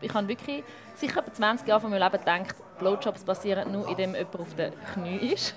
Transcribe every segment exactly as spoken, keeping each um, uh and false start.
Ich habe wirklich sicher etwa zwanzig Jahre von meinem Leben gedacht, Blowjobs passieren nur, indem jemand auf den Knien ist.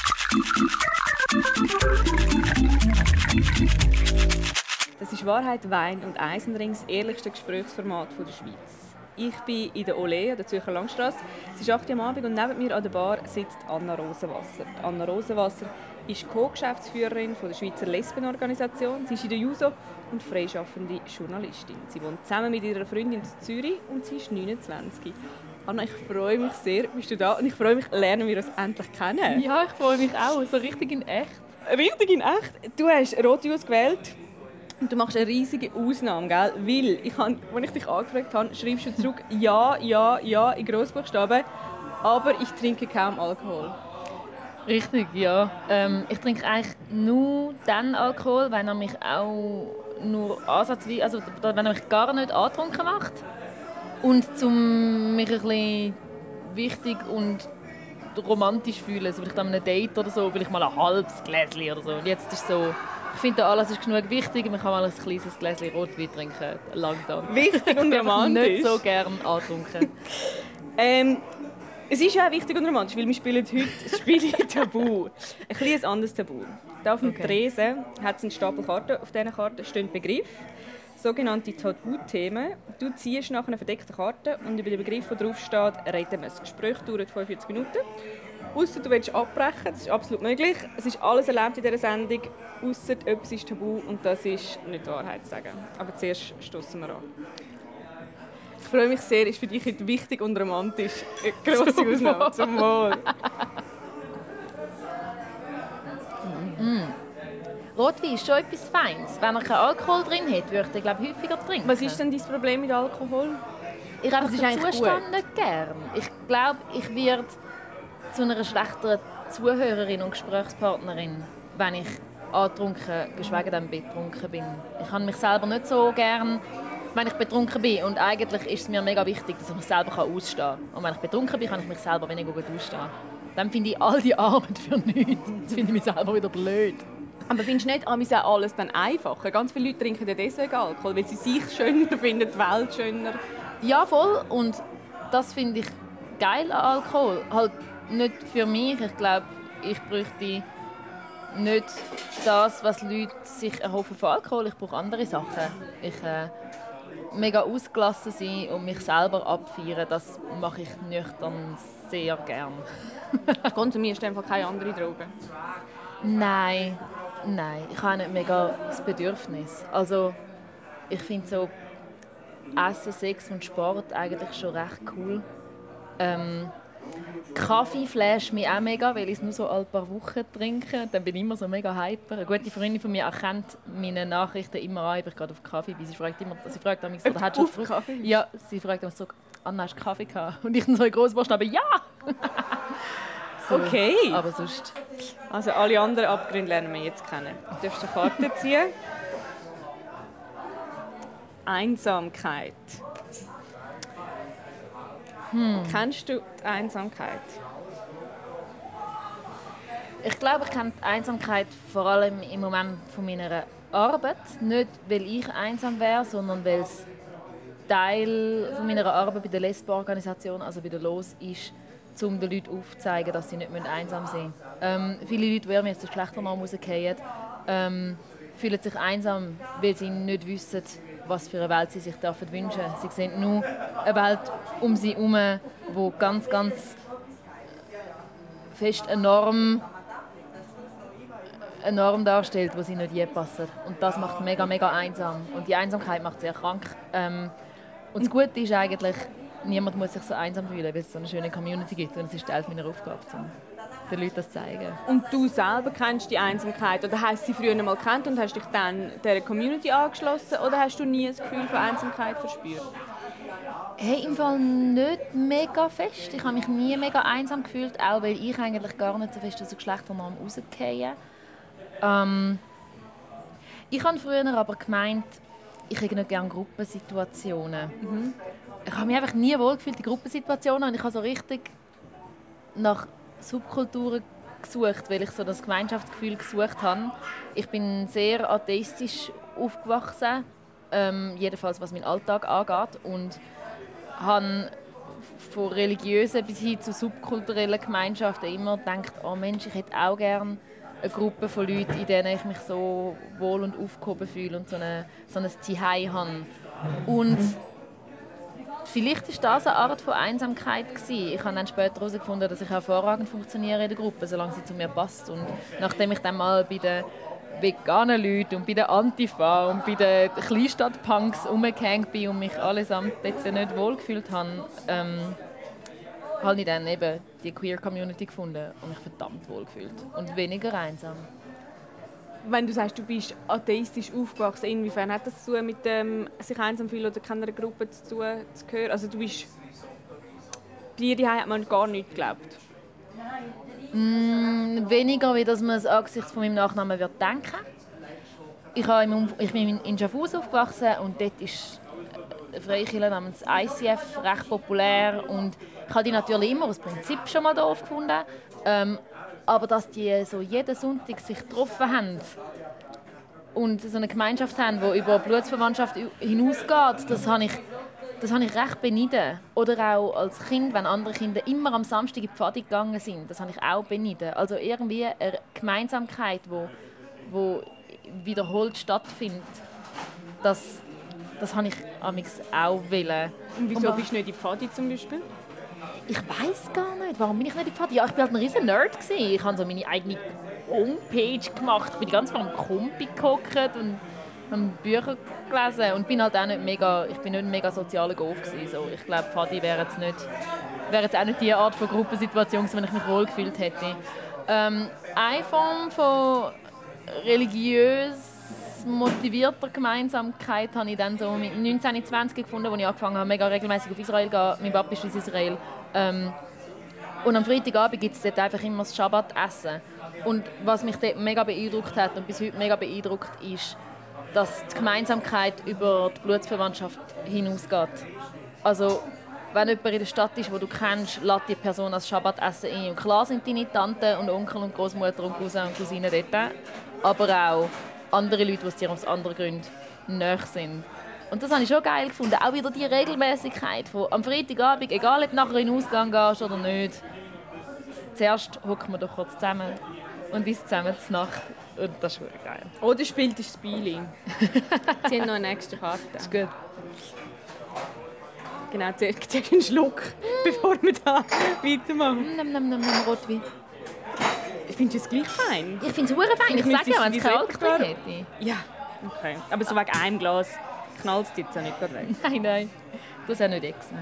Das ist «Wahrheit, Wein und Eisenring», das ehrlichste Gesprächsformat der Schweiz. Ich bin in der Ole, an der Zürcher Langstrasse. Es ist acht Uhr am Abend und neben mir an der Bar sitzt Anna Rosenwasser. Anna Rosenwasser ist Co-Geschäftsführerin der Schweizer Lesbenorganisation. Sie ist in der JUSO und freischaffende Journalistin. Sie wohnt zusammen mit ihrer Freundin in Zürich und sie ist neunundzwanzig. Anna, ich freue mich sehr, bist du da? Und ich freue mich, lernen wir uns endlich kennen. Ja, ich freue mich auch, so richtig in echt. Richtig in echt? Du hast Rotjus gewählt. Und du machst eine riesige Ausnahme, gell? Weil, ich habe, als ich dich angefragt habe, schreibst du zurück «Ja, ja, ja» in Grossbuchstaben, aber ich trinke kaum Alkohol. Richtig, ja. Ähm, ich trinke eigentlich nur dann Alkohol, wenn er mich auch nur ansatzweise, also wenn er mich gar nicht angetrunken macht. Und um mich ein bisschen wichtig und romantisch fühlen, so vielleicht an einem Date oder so, vielleicht mal ein halbes Gläschen oder so. Und jetzt ist so... Ich finde, alles ist genug wichtig. Man kann mal ein kleines Gläschen Rotwein trinken, langsam. Wichtig und romantisch. Ich nicht so gerne angetrunken. ähm, es ist ja auch wichtig und romantisch, weil wir spielen heute das Spiel Tabu. Ein kleines anderes Tabu. Hier auf dem Okay. Tresen hat es einen Stapel Karten. Auf diesen Karten stehen Begriffe, sogenannte Tabuthemen. Du ziehst nach einer verdeckten Karte und über den Begriff, der draufsteht, reden wir. Das Gespräch dauert fünfundvierzig Minuten. Ausser du willst abbrechen, das ist absolut möglich. Es ist alles erlaubt in dieser Sendung, ausser etwas ist tabu und das ist nicht die Wahrheit zu sagen. Aber zuerst stoßen wir an. Ich freue mich sehr, ist für dich heute wichtig und romantisch. Eine grosse Ausnahme. Zum Wohl. mm. Rotwein ist schon etwas Feines. Wenn er keinen Alkohol drin hat, würde ich glaube häufiger trinken. Was ist denn dein Problem mit Alkohol? Ich habe ist den eigentlich Zustand gut. nicht gern. Ich glaube, ich werde zu einer schlechteren Zuhörerin und Gesprächspartnerin, wenn ich angetrunken, geschweige denn betrunken bin. Ich habe mich selber nicht so gern, wenn ich betrunken bin. Und eigentlich ist es mir mega wichtig, dass ich mich selber ausstehen kann. Und wenn ich betrunken bin, kann ich mich selber weniger gut ausstehen. Dann finde ich all die Arbeit für nichts. Das finde ich mich selber wieder blöd. Aber findest du nicht amigs auch alles dann einfacher? Ganz viele Leute trinken ja deswegen Alkohol, weil sie sich schöner finden, die Welt schöner. Ja, voll. Und das finde ich geil an Alkohol. Halt nicht für mich. Ich glaube, ich bräuchte nicht das, was Leute sich erhoffen von Alkohol. Ich brauche andere Sachen. Ich äh, mega ausgelassen sein und mich selber abfeiern, das mache ich nüchtern sehr gern. Konsumierst du einfach keine anderen Drogen? Nein, nein. Ich habe nicht mega das Bedürfnis. Also, ich finde so Essen, Sex und Sport eigentlich schon recht cool. Ähm, Kaffee flasht mich auch mega, weil ich es nur so alle paar Wochen trinke. Dann bin ich immer so mega hyper. Eine gute Freundin von mir erkennt meine Nachrichten immer an, ob ich gerade auf Kaffee bin. Sie fragt immer, sie fragt mich so, hat schon auf Kaffee? Ja, sie fragt mich so, Anna, hast du Kaffee gehabt? Und ich dann so in Grossbuchstaben, ja! So, Okay. aber sonst... Also alle anderen Abgründe lernen wir jetzt kennen. Du darfst eine Karte ziehen. Einsamkeit. Hm. Kennst du die Einsamkeit? Ich glaube, ich kenne die Einsamkeit vor allem im Moment von meiner Arbeit. Nicht, weil ich einsam wäre, sondern weil es Teil von meiner Arbeit bei der Lesbenorganisation, also bei der LOS, ist, um den Leuten aufzuzeigen, dass sie nicht einsam sein müssen. Ähm, viele Leute, die mir jetzt den Geschlechternorm rausfallen, ähm, fühlen sich einsam, weil sie nicht wissen, was für eine Welt sie sich wünschen dürfen. Sie sehen nur eine Welt um sie herum, die ganz, ganz fest eine Norm, eine Norm darstellt, die sie nicht je passt. Und das macht mega, mega einsam. Und die Einsamkeit macht sehr krank. Ähm, und das Gute ist eigentlich, niemand muss sich so einsam fühlen, weil es so eine schöne Community gibt. Und es ist Teil meiner Aufgabe, um den Leuten das zu zeigen. Und du selber kennst die Einsamkeit? Oder hast du sie früher mal gekannt und hast dich dann dieser Community angeschlossen? Oder hast du nie das Gefühl von Einsamkeit verspürt? Hey, im Fall nicht mega fest. Ich habe mich nie mega einsam gefühlt, auch weil ich eigentlich gar nicht so fest aus der Geschlechternorm rausgehe. Ähm, ich habe früher aber gemeint, ich hätte nicht gerne Gruppensituationen. Mhm. Ich habe mich einfach nie wohlgefühlt in Gruppensituationen und ich habe so richtig nach Subkulturen gesucht, weil ich so das Gemeinschaftsgefühl gesucht habe. Ich bin sehr atheistisch aufgewachsen, ähm, jedenfalls was meinen Alltag angeht. Und habe von religiösen bis hin zu subkulturellen Gemeinschaften immer gedacht, oh Mensch, ich hätte auch gerne eine Gruppe von Leuten, in denen ich mich so wohl und aufgehoben fühle und so, eine, so ein Zuhause habe. Und vielleicht war das eine Art von Einsamkeit gewesen. Ich habe dann später herausgefunden, dass ich hervorragend funktioniere in der Gruppe, solange sie zu mir passt. Und nachdem ich dann mal bei den veganen Leuten und bei den Antifa und bei den Kleinstadt-Punks rumgehängt bin und mich allesamt dort nicht wohlgefühlt habe, ähm, habe ich dann eben die Queer-Community gefunden und mich verdammt wohlgefühlt und weniger einsam. Wenn du sagst, du bist atheistisch aufgewachsen, inwiefern hat das zu tun mit dem sich einsam fühlen oder keiner Gruppe zu tun, zu gehören? Also du bist... Bei dir daheim hat man gar nichts geglaubt? Mm, weniger, wie dass man es angesichts von meinem Nachnamen wird denken. Ich, habe im, ich bin in Schaffhausen aufgewachsen und dort ist eine Freikirche namens I C F recht populär und ich habe die natürlich immer aus Prinzip schon mal doof gefunden. Ähm, aber dass die so jeden Sonntag sich getroffen haben und so eine Gemeinschaft haben, die über Blutsverwandtschaft hinausgeht, das habe ich, das habe ich recht beneidet. Oder auch als Kind, wenn andere Kinder immer am Samstag in die Pfade gegangen sind, das habe ich auch beneidet. Also irgendwie eine Gemeinsamkeit, die wo, wo wiederholt stattfindet, das, das habe ich amigs auch wollen. Und wieso und bist du nicht in die Pfade zum Beispiel? Ich weiß gar nicht, warum bin ich nicht in die Pfade? Ja, ich war halt ein riesen Nerd. Ich habe so meine eigene Homepage gemacht. Ich bin ganz vor dem Kompi gehockt und habe Bücher gelesen. Und bin halt auch nicht mega, ich bin nicht ein mega sozialer Golf gewesen. So, ich glaube, Pfadi wäre jetzt, nicht, wäre jetzt auch nicht die Art von Gruppensituation, wenn ich mich wohl gefühlt hätte. Ähm, eine Form von religiös motivierter Gemeinsamkeit habe ich dann so mit neunzehn, zwanzig gefunden, als ich angefangen habe, mega regelmäßig auf Israel zu gehen. Mein Papa ist aus Israel. Ähm, und am Freitagabend gibt es dort einfach immer das Schabbat-Essen. Und was mich dort mega beeindruckt hat und bis heute mega beeindruckt ist, dass die Gemeinsamkeit über die Blutsverwandtschaft hinausgeht. Also, wenn jemand in der Stadt ist, wo du kennst, lädt die Person als Schabbatessen ein. Und klar sind deine Tanten und Onkel und Großmutter und Cousins und Cousinen dort, aber auch andere Leute, die dir aus anderen Gründen nahe sind. Und das habe ich schon geil gefunden. Auch wieder die Regelmäßigkeit von am Freitagabend, egal ob du nachher in den Ausgang gehst oder nicht, zuerst hocken wir doch kurz zusammen und ist zusammen zur Nacht. Und das ist wirklich geil. Oder spielt das Spiel. Sie haben noch eine nächste Karte. Das ist gut. Genau, zuerst einen Schluck, bevor wir da weitermachen. Nimm, nimm, nimm, nimm Rotwein. Findest du es gleich fein? Ich finde es sehr fein. Ich, ich sage ja, wenn es keinen Alkohol hätte. Ja, okay. Aber so wegen einem Glas knallt es dir jetzt auch nicht gerade weg. Nein, nein. Du hast auch nicht exen.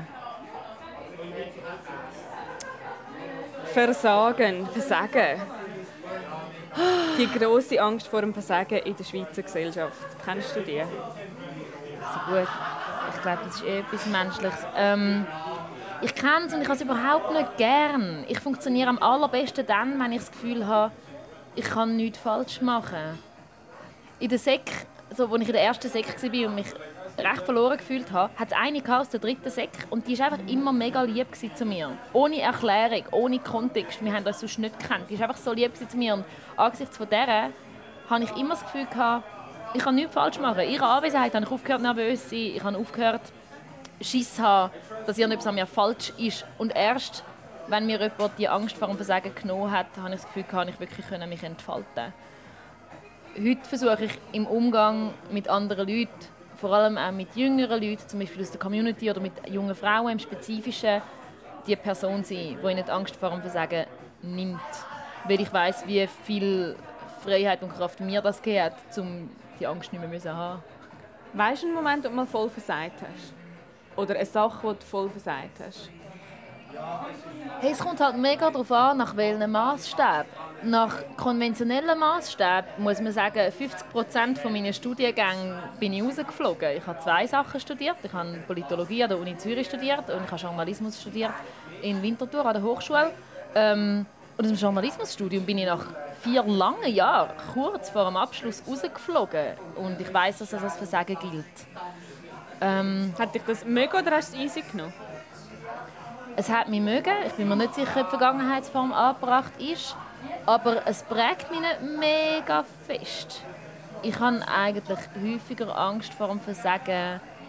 Versagen, Versagen. Die grosse Angst vor dem Versagen in der Schweizer Gesellschaft. Kennst du die? Also gut. Ich glaube, das ist eh etwas Menschliches. Ähm, ich kenne es und ich habe es überhaupt nicht gern. Ich funktioniere am allerbesten dann, wenn ich das Gefühl habe, ich kann nichts falsch machen. In der Sek, so, als ich in der ersten Sek war und mich recht verloren gefühlt habe, hat es eine aus der dritten Sek und die war einfach immer mega lieb zu mir. Ohne Erklärung, ohne Kontext. Wir haben das sonst nicht gekannt. Die war einfach so lieb zu mir. Und angesichts von der habe ich immer das Gefühl gehabt, ich kann nichts falsch machen. In ihrer Anwesenheit habe ich aufgehört, nervös zu sein. Ich habe aufgehört, Schiss zu haben, dass irgendetwas an mir falsch ist. Und erst, wenn mir jemand die Angst vor dem Versagen genommen hat, habe ich das Gefühl gehabt, ich wirklich mich entfalten. Heute versuche ich im Umgang mit anderen Leuten, vor allem auch mit jüngeren Leuten, zum Beispiel aus der Community oder mit jungen Frauen im Spezifischen, die Person zu sein, die ihnen die Angst vor dem Versagen nimmt. Weil ich weiss, wie viel Freiheit und Kraft mir das gegeben hat, um die Angst nicht mehr zu haben. Weißt du einen Moment, ob du mal voll versagt hast? Oder eine Sache, die du voll versagt hast? Hey, es kommt halt mega darauf an, nach welchem Massstab. Nach konventionellen Massstab muss man sagen, fünfzig Prozent meiner Studiengänge bin ich rausgeflogen. Ich habe zwei Sachen studiert. Ich habe Politologie an der Uni Zürich studiert und ich habe Journalismus studiert in Winterthur an der Hochschule. Ähm, und aus dem Journalismusstudium bin ich nach vier langen Jahren kurz vor dem Abschluss rausgeflogen. Und ich weiss, dass das als Versagen gilt. Ähm, Hat dich das mögen oder hast du es easy genommen? Es hat mich mögen. Ich bin mir nicht sicher, ob die Vergangenheitsform angebracht ist. Aber es prägt mich nicht mega fest. Ich habe eigentlich häufiger Angst vor dem Versagen,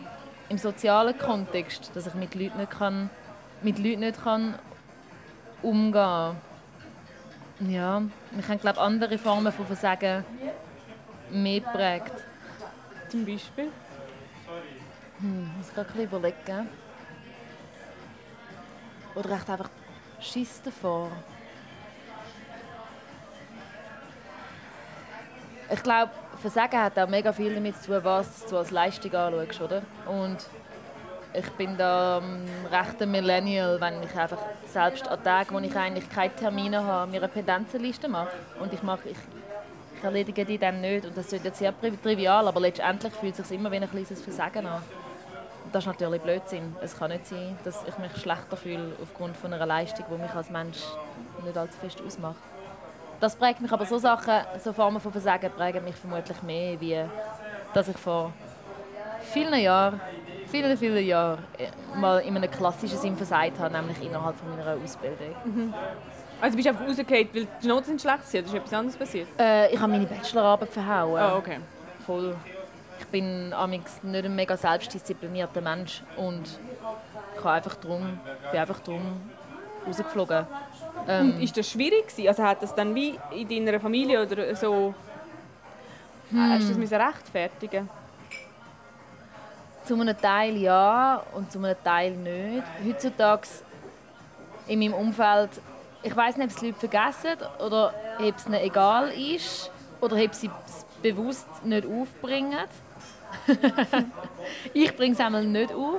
im sozialen Kontext, dass ich mit Leuten nicht, kann, mit Leuten nicht kann umgehen kann. Ja, mich haben, glaube ich, andere Formen von Versagen mehr geprägt. Zum Beispiel? Hm, ich muss gerade ein bisschen überlegen. Oder echt einfach Schiss davor. Ich glaube, Versagen hat auch mega viel damit zu tun, was du als Leistung anschaust, oder? Und ich bin da ein rechter Millennial, wenn ich einfach selbst an Tagen, wo ich eigentlich keine Termine habe, mir eine Pendenzenliste mache. Und ich, mache, ich, ich erledige die dann nicht. Und das ist jetzt sehr trivial, aber letztendlich fühlt es sich immer wie ein kleines Versagen an. Und das ist natürlich Blödsinn. Es kann nicht sein, dass ich mich schlechter fühle aufgrund von einer Leistung, die mich als Mensch nicht allzu fest ausmacht. Das prägt mich, aber so Sachen, so Formen von Versagen prägen mich vermutlich mehr, wie dass ich vor vielen Jahren, vielen, vielen Jahren mal in einem klassischen Sinn versagt habe, nämlich innerhalb von meiner Ausbildung. Mhm. Also bist du einfach rausgefallen, weil die Noten sind schlecht waren, oder ist etwas anderes passiert? Äh, ich habe meine Bachelorarbeit verhauen. Oh, okay. Voll. Ich bin amigs nicht ein mega selbstdisziplinierter Mensch und ich habe einfach drum, bin einfach drum rausgeflogen. Ähm, Und ist das schwierig gewesen? Also hat das dann wie in deiner Familie oder so, hm. hast du das müssen rechtfertigen? Zu einem Teil ja und zu einem Teil nicht. Heutzutage in meinem Umfeld, ich weiss nicht, ob es die Leute vergessen oder ob es ihnen egal ist oder ob sie es bewusst nicht aufbringen. Ich bringe es einmal nicht auf.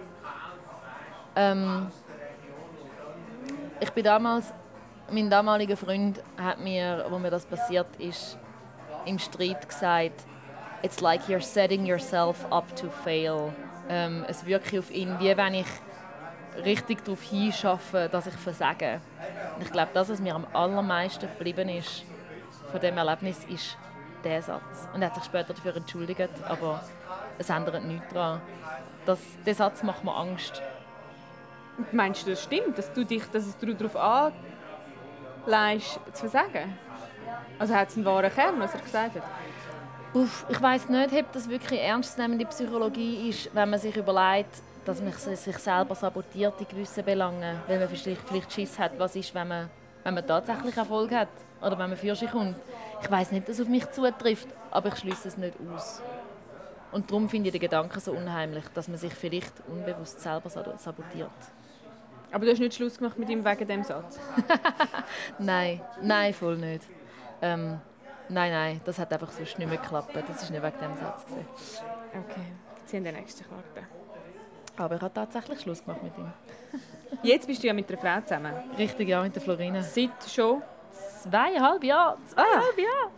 Ähm, ich bin damals, mein damaliger Freund hat mir, wo mir das passiert ist, im Streit gesagt, «It's like you're setting yourself up to fail.» Ähm, es wirkt auf ihn, wie wenn ich richtig darauf hinschaffe, dass ich versage. Und ich glaube, das, was mir am allermeisten geblieben ist von diesem Erlebnis, ist dieser Satz. Und er hat sich später dafür entschuldigt, aber es ändert nichts daran. Das, der Satz macht mir Angst. Meinst du, das stimmt, dass du dich, dass du darauf anlegst, zu versagen? Also hat es einen wahren Kern, was er gesagt hat? Uff, ich weiss nicht, ob das wirklich ernstzunehmende Psychologie ist, wenn man sich überlegt, dass man sich selber sabotiert in gewissen Belangen, weil man vielleicht, vielleicht Schiss hat, was ist, wenn man, wenn man tatsächlich Erfolg hat oder wenn man für sich kommt. Ich weiss nicht, ob das auf mich zutrifft, aber ich schließe es nicht aus. Und darum finde ich den Gedanken so unheimlich, dass man sich vielleicht unbewusst selber sabotiert. Aber du hast nicht Schluss gemacht mit ihm wegen diesem Satz? Nein, nein, voll nicht. Ähm, nein, nein, das hat einfach sonst nicht mehr geklappt. Das war nicht wegen diesem Satz. Okay, Sie haben die nächste Karte. Aber ich habe tatsächlich Schluss gemacht mit ihm. Jetzt bist du ja mit einer Frau zusammen. Richtig, ja, mit der Florina. Seit schon? Zweieinhalb Jahre. Zweieinhalb Jahre.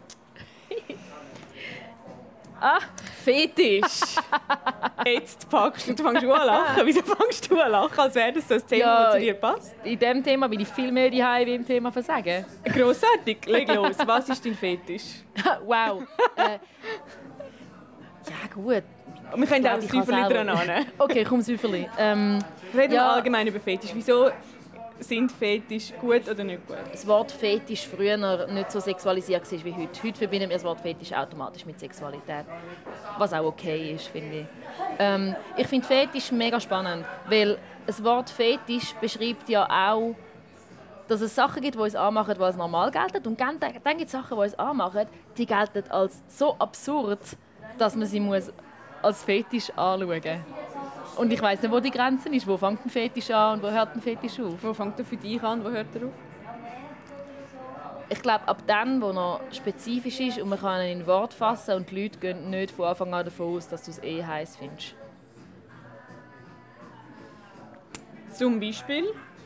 Ah, Fetisch. Jetzt packst du, du fängst an lachen. Wieso fängst du an lachen, als wäre das so ein Thema, ja, das zu dir passt? In diesem Thema bin ich viel mehr daheim wie im Thema Versagen. Grossartig, leg los. Was ist dein Fetisch? Wow. äh, ja gut. Wir können auch ein Säuferli dran an. Okay, komm, Säuferli. Ähm, Reden ja, wir allgemein über Fetisch. Wieso sind Fetisch gut oder nicht gut? Das Wort Fetisch früher nicht so sexualisiert war wie heute. Heute verbinden wir das Wort Fetisch automatisch mit Sexualität. Was auch okay ist, finde ich. Ähm, ich finde Fetisch mega spannend, weil das Wort Fetisch beschreibt ja auch, dass es Sachen gibt, die uns anmachen, die als normal gelten. Und dann, dann gibt es Sachen, die uns anmachen, die gelten als so absurd, dass man sie muss als Fetisch anschauen muss. Und ich weiss nicht, wo die Grenze ist. Wo fängt ein Fetisch an und wo hört ein Fetisch auf? Wo fängt er für dich an und wo hört er auf? Ich glaube, ab dann, wo er spezifisch ist und man kann ihn in Wort fassen und die Leute gehen nicht von Anfang an davon aus, dass du es eh heiß findest. Zum Beispiel?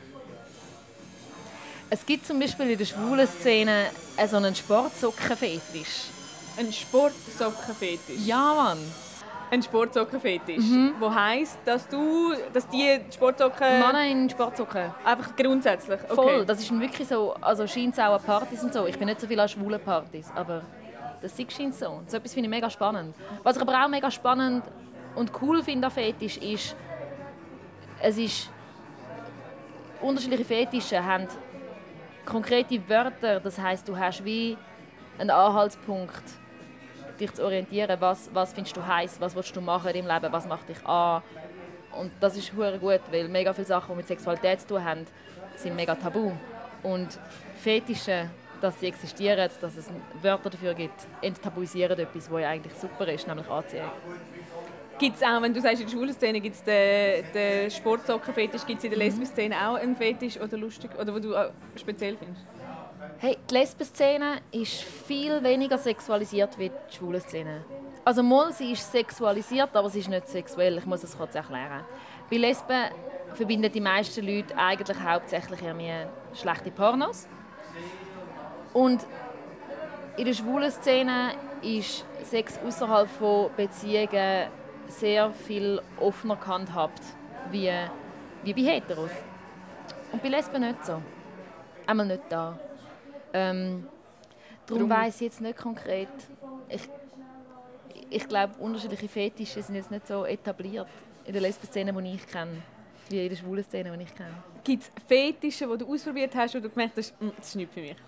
Es gibt zum Beispiel in der schwulen Szene so einen Sportsockenfetisch. Ein Sportsockenfetisch? Ja, Mann. Ein Sportsockenfetisch, mhm. Wo heisst, dass du, dass die Sportsocken... Männer in Sportsocken. Einfach grundsätzlich? Okay. Voll, das ist wirklich so, also scheint es auch an Partys und so. Ich bin nicht so viel an schwulen Partys, aber das scheint so. So etwas finde ich mega spannend. Was ich aber auch mega spannend und cool finde an Fetisch ist, es ist, unterschiedliche Fetische haben konkrete Wörter, das heisst, du hast wie einen Anhaltspunkt dich zu orientieren, was, was findest du heiß, was willst du machen in deinem Leben, was macht dich an. Und das ist hure gut, weil mega viele Sachen, die mit Sexualität zu tun haben, sind mega tabu. Und Fetische, dass sie existieren, dass es Wörter dafür gibt, enttabuisieren etwas, was ja eigentlich super ist, nämlich Anziehung. Gibt es auch, wenn du sagst, in der schwulen Szene gibt es den, den Sportsockenfetisch, gibt es in der Lesben-Szene auch einen Fetisch oder lustig, oder wo du speziell findest? Hey, die Lesben-Szene ist viel weniger sexualisiert wie die schwule Szene. Also mal, sie ist sexualisiert, aber sie ist nicht sexuell. Ich muss es kurz erklären. Bei Lesben verbinden die meisten Leute eigentlich hauptsächlich schlechte Pornos. Und in der schwulen Szene ist Sex außerhalb von Beziehungen sehr viel offener gehandhabt wie, wie bei Heteros. Und bei Lesben nicht so. Einmal nicht da. Ähm, darum weiss ich jetzt nicht konkret. Ich, ich glaube, unterschiedliche Fetische sind jetzt nicht so etabliert in der Lesben-Szene, die ich kenne, wie in der schwulen Szene, die ich kenne. Gibt es Fetische, die du ausprobiert hast, wo du gemerkt hast, das ist nichts für mich?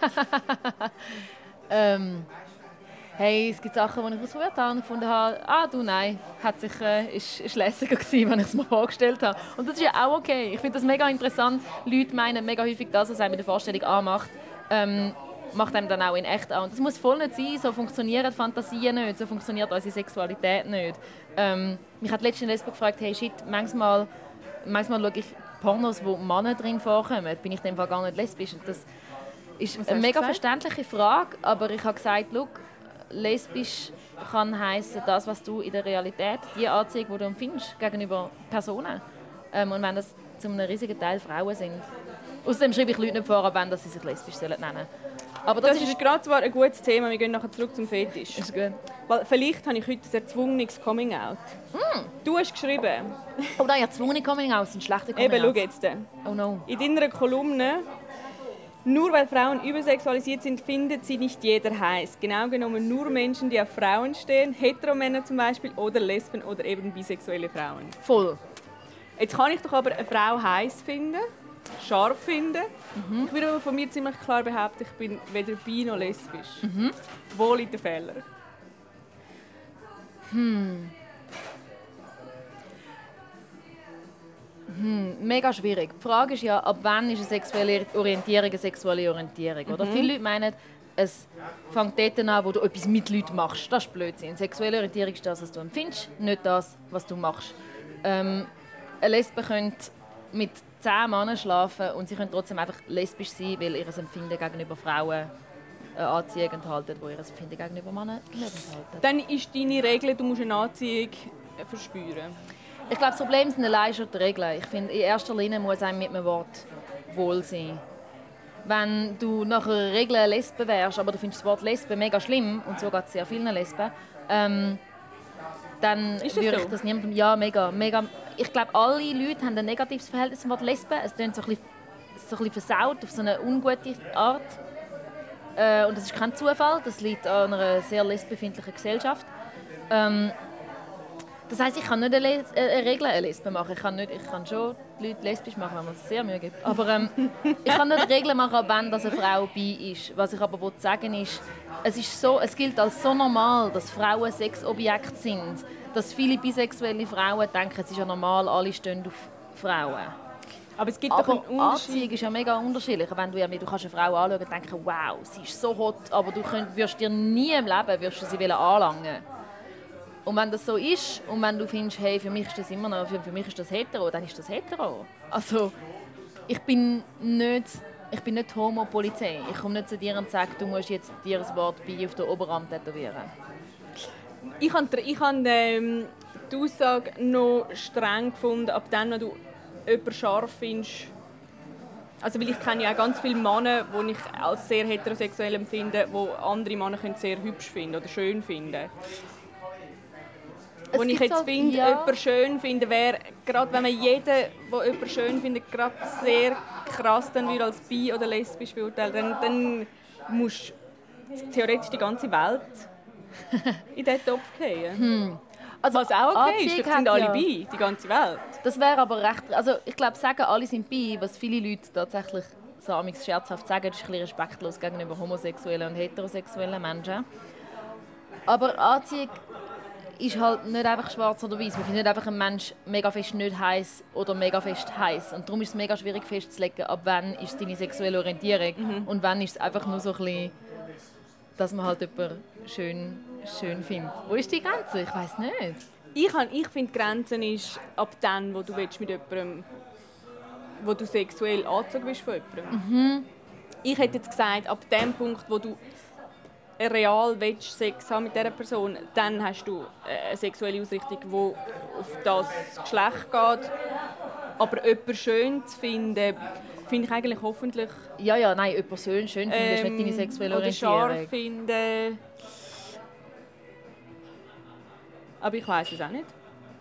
ähm, hey, es gibt Sachen, die ich ausprobiert habe und gefunden habe, ah du, nein, hat sich, äh, ist, ist lässiger gewesen, wenn ich es mir vorgestellt habe. Und das ist ja auch okay. Ich finde das mega interessant. Leute meinen mega häufig das, was einem in der Vorstellung anmacht, ähm, macht einem dann auch in echt an. Und das muss voll nicht sein. So funktionieren Fantasien nicht, so funktioniert unsere Sexualität nicht. Ähm, mich hat letztens Lesbe gefragt, hey shit, manchmal, manchmal schaue ich Pornos, wo Männer drin vorkommen, bin ich in dem Fall gar nicht lesbisch. Und das ist eine mega verständliche Frage, aber ich habe gesagt, look, lesbisch kann heißen das, was du in der Realität, die Anziehung, die du empfindest, gegenüber Personen. Ähm, und wenn das zu einem riesigen Teil Frauen sind. Außerdem schreibe ich Leute nicht vor, wenn sie sich lesbisch nennen sollen. Aber das, das ist, ist gerade zwar ein gutes Thema, wir gehen nachher zurück zum Fetisch. Ist gut. Weil vielleicht habe ich heute ein erzwungenes Coming-out. Mm. Du hast geschrieben... Oh nein, erzwungene Coming-out sind schlechte Coming-outs. Eben, schau jetzt. Oh no. In deiner Kolumne... Nur weil Frauen übersexualisiert sind, findet sie nicht jeder heiß. Genau genommen nur Menschen, die auf Frauen stehen, Heteromänner zum Beispiel, oder Lesben oder eben bisexuelle Frauen. Voll. Jetzt kann ich doch aber eine Frau heiß finden, scharf finden. Mhm. Ich würde aber von mir ziemlich klar behaupten, ich bin weder bi noch lesbisch. Mhm. Wo liegt der Fehler? Hm. Hm, mega schwierig. Die Frage ist ja, ab wann ist eine sexuelle Orientierung eine sexuelle Orientierung? Oder? Mhm. Viele Leute meinen, es fängt dort an, wo du etwas mit Leuten machst. Das ist Blödsinn. Sexuelle Orientierung ist das, was du empfindest, nicht das, was du machst. Ähm, eine Lesbe könnte mit zehn Männern schlafen und sie können trotzdem einfach lesbisch sein, weil ihr Empfinden gegenüber Frauen eine Anziehung enthalten, wo ihr Empfinden gegenüber Männern nicht enthalten. Dann ist deine Regel, du musst eine Anziehung verspüren. Ich glaube, das Problem sind allein schon die Regeln. Ich finde, in erster Linie muss einem mit einem Wort wohl sein. Wenn du nach einer Regel eine Lesbe wärst, aber du findest das Wort Lesbe mega schlimm, und so geht es sehr vielen Lesben, ähm, dann würde ich so? das niemandem... Ja, mega, mega. Ich glaube, alle Leute haben ein negatives Verhältnis zum Wort Lesbe. Es klingt so ein bisschen, so ein bisschen versaut, auf so eine ungute Art. Äh, und das ist kein Zufall, das liegt an einer sehr lesbefindlichen Gesellschaft. Ähm, Das heisst, ich kann nicht eine, Les- eine Regel eine Lesbe machen. Ich kann, nicht, ich kann schon die Leute lesbisch machen, wenn man es sehr Mühe gibt. Aber ähm, ich kann nicht Regeln machen, wenn das eine Frau bi ist. Was ich aber sagen will, ist, es, ist so, es gilt als so normal, dass Frauen Sexobjekte sind, dass viele bisexuelle Frauen denken, es ist ja normal, alle stehen auf Frauen. Aber es gibt aber doch einen Unterschied. Anziehung ist ja mega unterschiedlich. Wenn du, du kannst eine Frau anschauen und denken, wow, sie ist so hot, aber du könnt, wirst dir nie im Leben wirst du sie anlangen. Und wenn das so ist und wenn du findest, hey, für mich ist das immer noch, für, für mich ist das hetero, dann ist das hetero. Also ich bin nicht, ich bin nicht Homo-Polizei. Ich komme nicht zu dir und sage, du musst jetzt dir das Wort bi auf den Oberarm tätowieren. Ich habe ich hab, ähm, die Aussage noch streng gefunden, ab dann, wenn du jemanden scharf findest. Also, weil ich kenne ja auch ganz viele Männer, die ich als sehr heterosexuell empfinde, die andere Männer sehr hübsch finden oder schön finden. Was ich jetzt so, finde, ja. jemanden schön finden, wäre, gerade wenn man jeden, der jemanden schön findet, gerade sehr krass dann wieder als bi oder lesbisch beurteilen, dann, dann musst du theoretisch die ganze Welt in diesen Topf fallen. Hm. Also, was auch okay Anziehung ist, sind alle ja. bi, die ganze Welt. Das wäre aber recht, also ich glaube, sagen, alle sind bi, was viele Leute tatsächlich so amigs scherzhaft sagen, ist ein bisschen respektlos gegenüber homosexuellen und heterosexuellen Menschen. Aber Anziehung ist halt nicht einfach schwarz oder weiß. Man findet nicht einfach einen Mensch mega fest nicht heiß oder mega fest heiß. Und darum ist es mega schwierig festzulegen, ab wann ist es deine sexuelle Orientierung mhm. und wann ist es einfach nur so ein bisschen, dass man halt jemanden schön, schön findet. Wo ist die Grenze? Ich weiss nicht. Ich, ich finde, die Grenze ist ab dann, wo du willst mit jemandem, wo du sexuell angezogen bist von jemandem. Mhm. Ich hätte jetzt gesagt, ab dem Punkt, wo du real willst Sex haben mit dieser Person, dann hast du eine sexuelle Ausrichtung, die auf das Geschlecht geht. Aber jemanden schön zu finden, finde ich eigentlich hoffentlich... Ja, ja, nein, jemanden schön, schön finden ähm, ist nicht deine sexuelle Orientierung. Oder scharf finden. Aber ich weiss es auch nicht.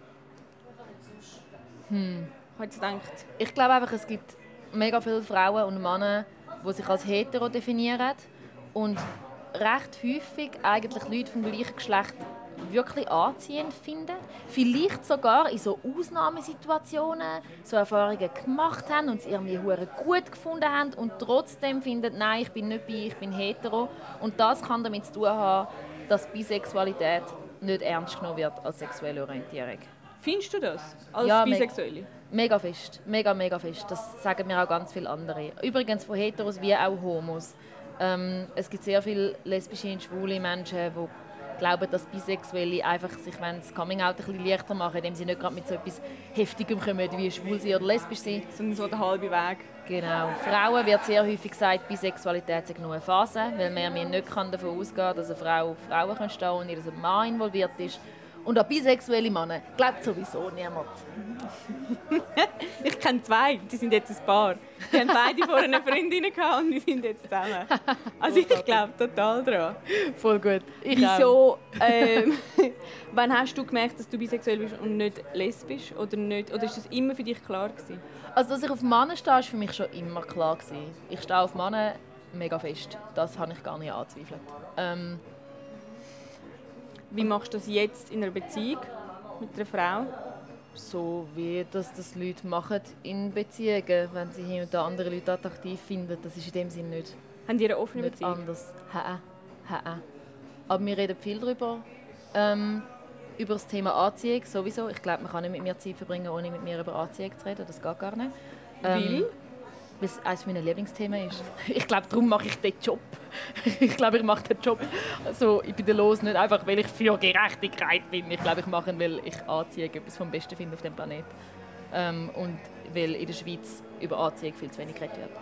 Hm. Ich habe jetzt gedacht... Ich glaube einfach, es gibt mega viele Frauen und Männer, die sich als hetero definieren und recht häufig eigentlich Leute vom gleichen Geschlecht wirklich anziehend finden. Vielleicht sogar in so Ausnahmesituationen so Erfahrungen gemacht haben und es irgendwie hure gut gefunden haben und trotzdem finden, nein, ich bin nicht bi, ich bin hetero. Und das kann damit zu tun haben, dass Bisexualität nicht ernst genommen wird als sexuelle Orientierung. Findest du das? Als ja, Bisexuelle? Me- mega fest. Mega, mega fest. Das sagen mir auch ganz viele andere. Übrigens von Heteros wie auch Homos. Ähm, es gibt sehr viele lesbische und schwule Menschen, die glauben, dass Bisexuelle einfach sich das Coming-out ein bisschen leichter machen, indem sie nicht gerade mit so etwas Heftigem kommen, wie schwul sein oder lesbisch sein. Sondern so der halbe Weg. Genau. Frauen wird sehr häufig gesagt, Bisexualität sei nur eine Phase, weil man nicht davon ausgehen kann, dass eine Frau auf Frauen stehen kann und nicht, dass ein Mann involviert ist. Und an bisexuelle Männer glaubt sowieso niemand. Ich kenne zwei, die sind jetzt ein Paar. Die haben beide vorher eine Freundin gehabt und die sind jetzt zusammen. Also ich glaube total daran. Voll gut. Ich Wieso? Ähm, wann hast du gemerkt, dass du bisexuell bist und nicht lesbisch? Oder, nicht? Oder ist das immer für dich klar gewesen? Also, dass ich auf Männer stehe, war für mich schon immer klar gewesen. Ich stehe auf Männer mega fest. Das habe ich gar nicht angezweifelt. Ähm, Wie machst du das jetzt in einer Beziehung mit einer Frau? So wie das, das Leute machen in Beziehungen, wenn sie hin und da andere Leute attraktiv finden. Das ist in dem Sinne nicht, Haben die eine offene nicht Beziehung? anders. Ha, ha. Aber wir reden viel darüber. Ähm, über das Thema Anziehung sowieso. Ich glaube, man kann nicht mit mir Zeit verbringen, ohne mit mir über Anziehung zu reden. Das geht gar nicht. Ähm, Weil? Weil es eines meiner Lieblingsthemen ist. Ich glaube, darum mache ich den Job. Ich glaube, ich mache den Job also, ich bin los, nicht einfach, weil ich für Gerechtigkeit bin. Ich glaube, ich mache ihn, weil ich Anziehung etwas vom Besten finde auf dem Planeten. Ähm, und weil in der Schweiz über Anziehung viel zu wenig geredet wird.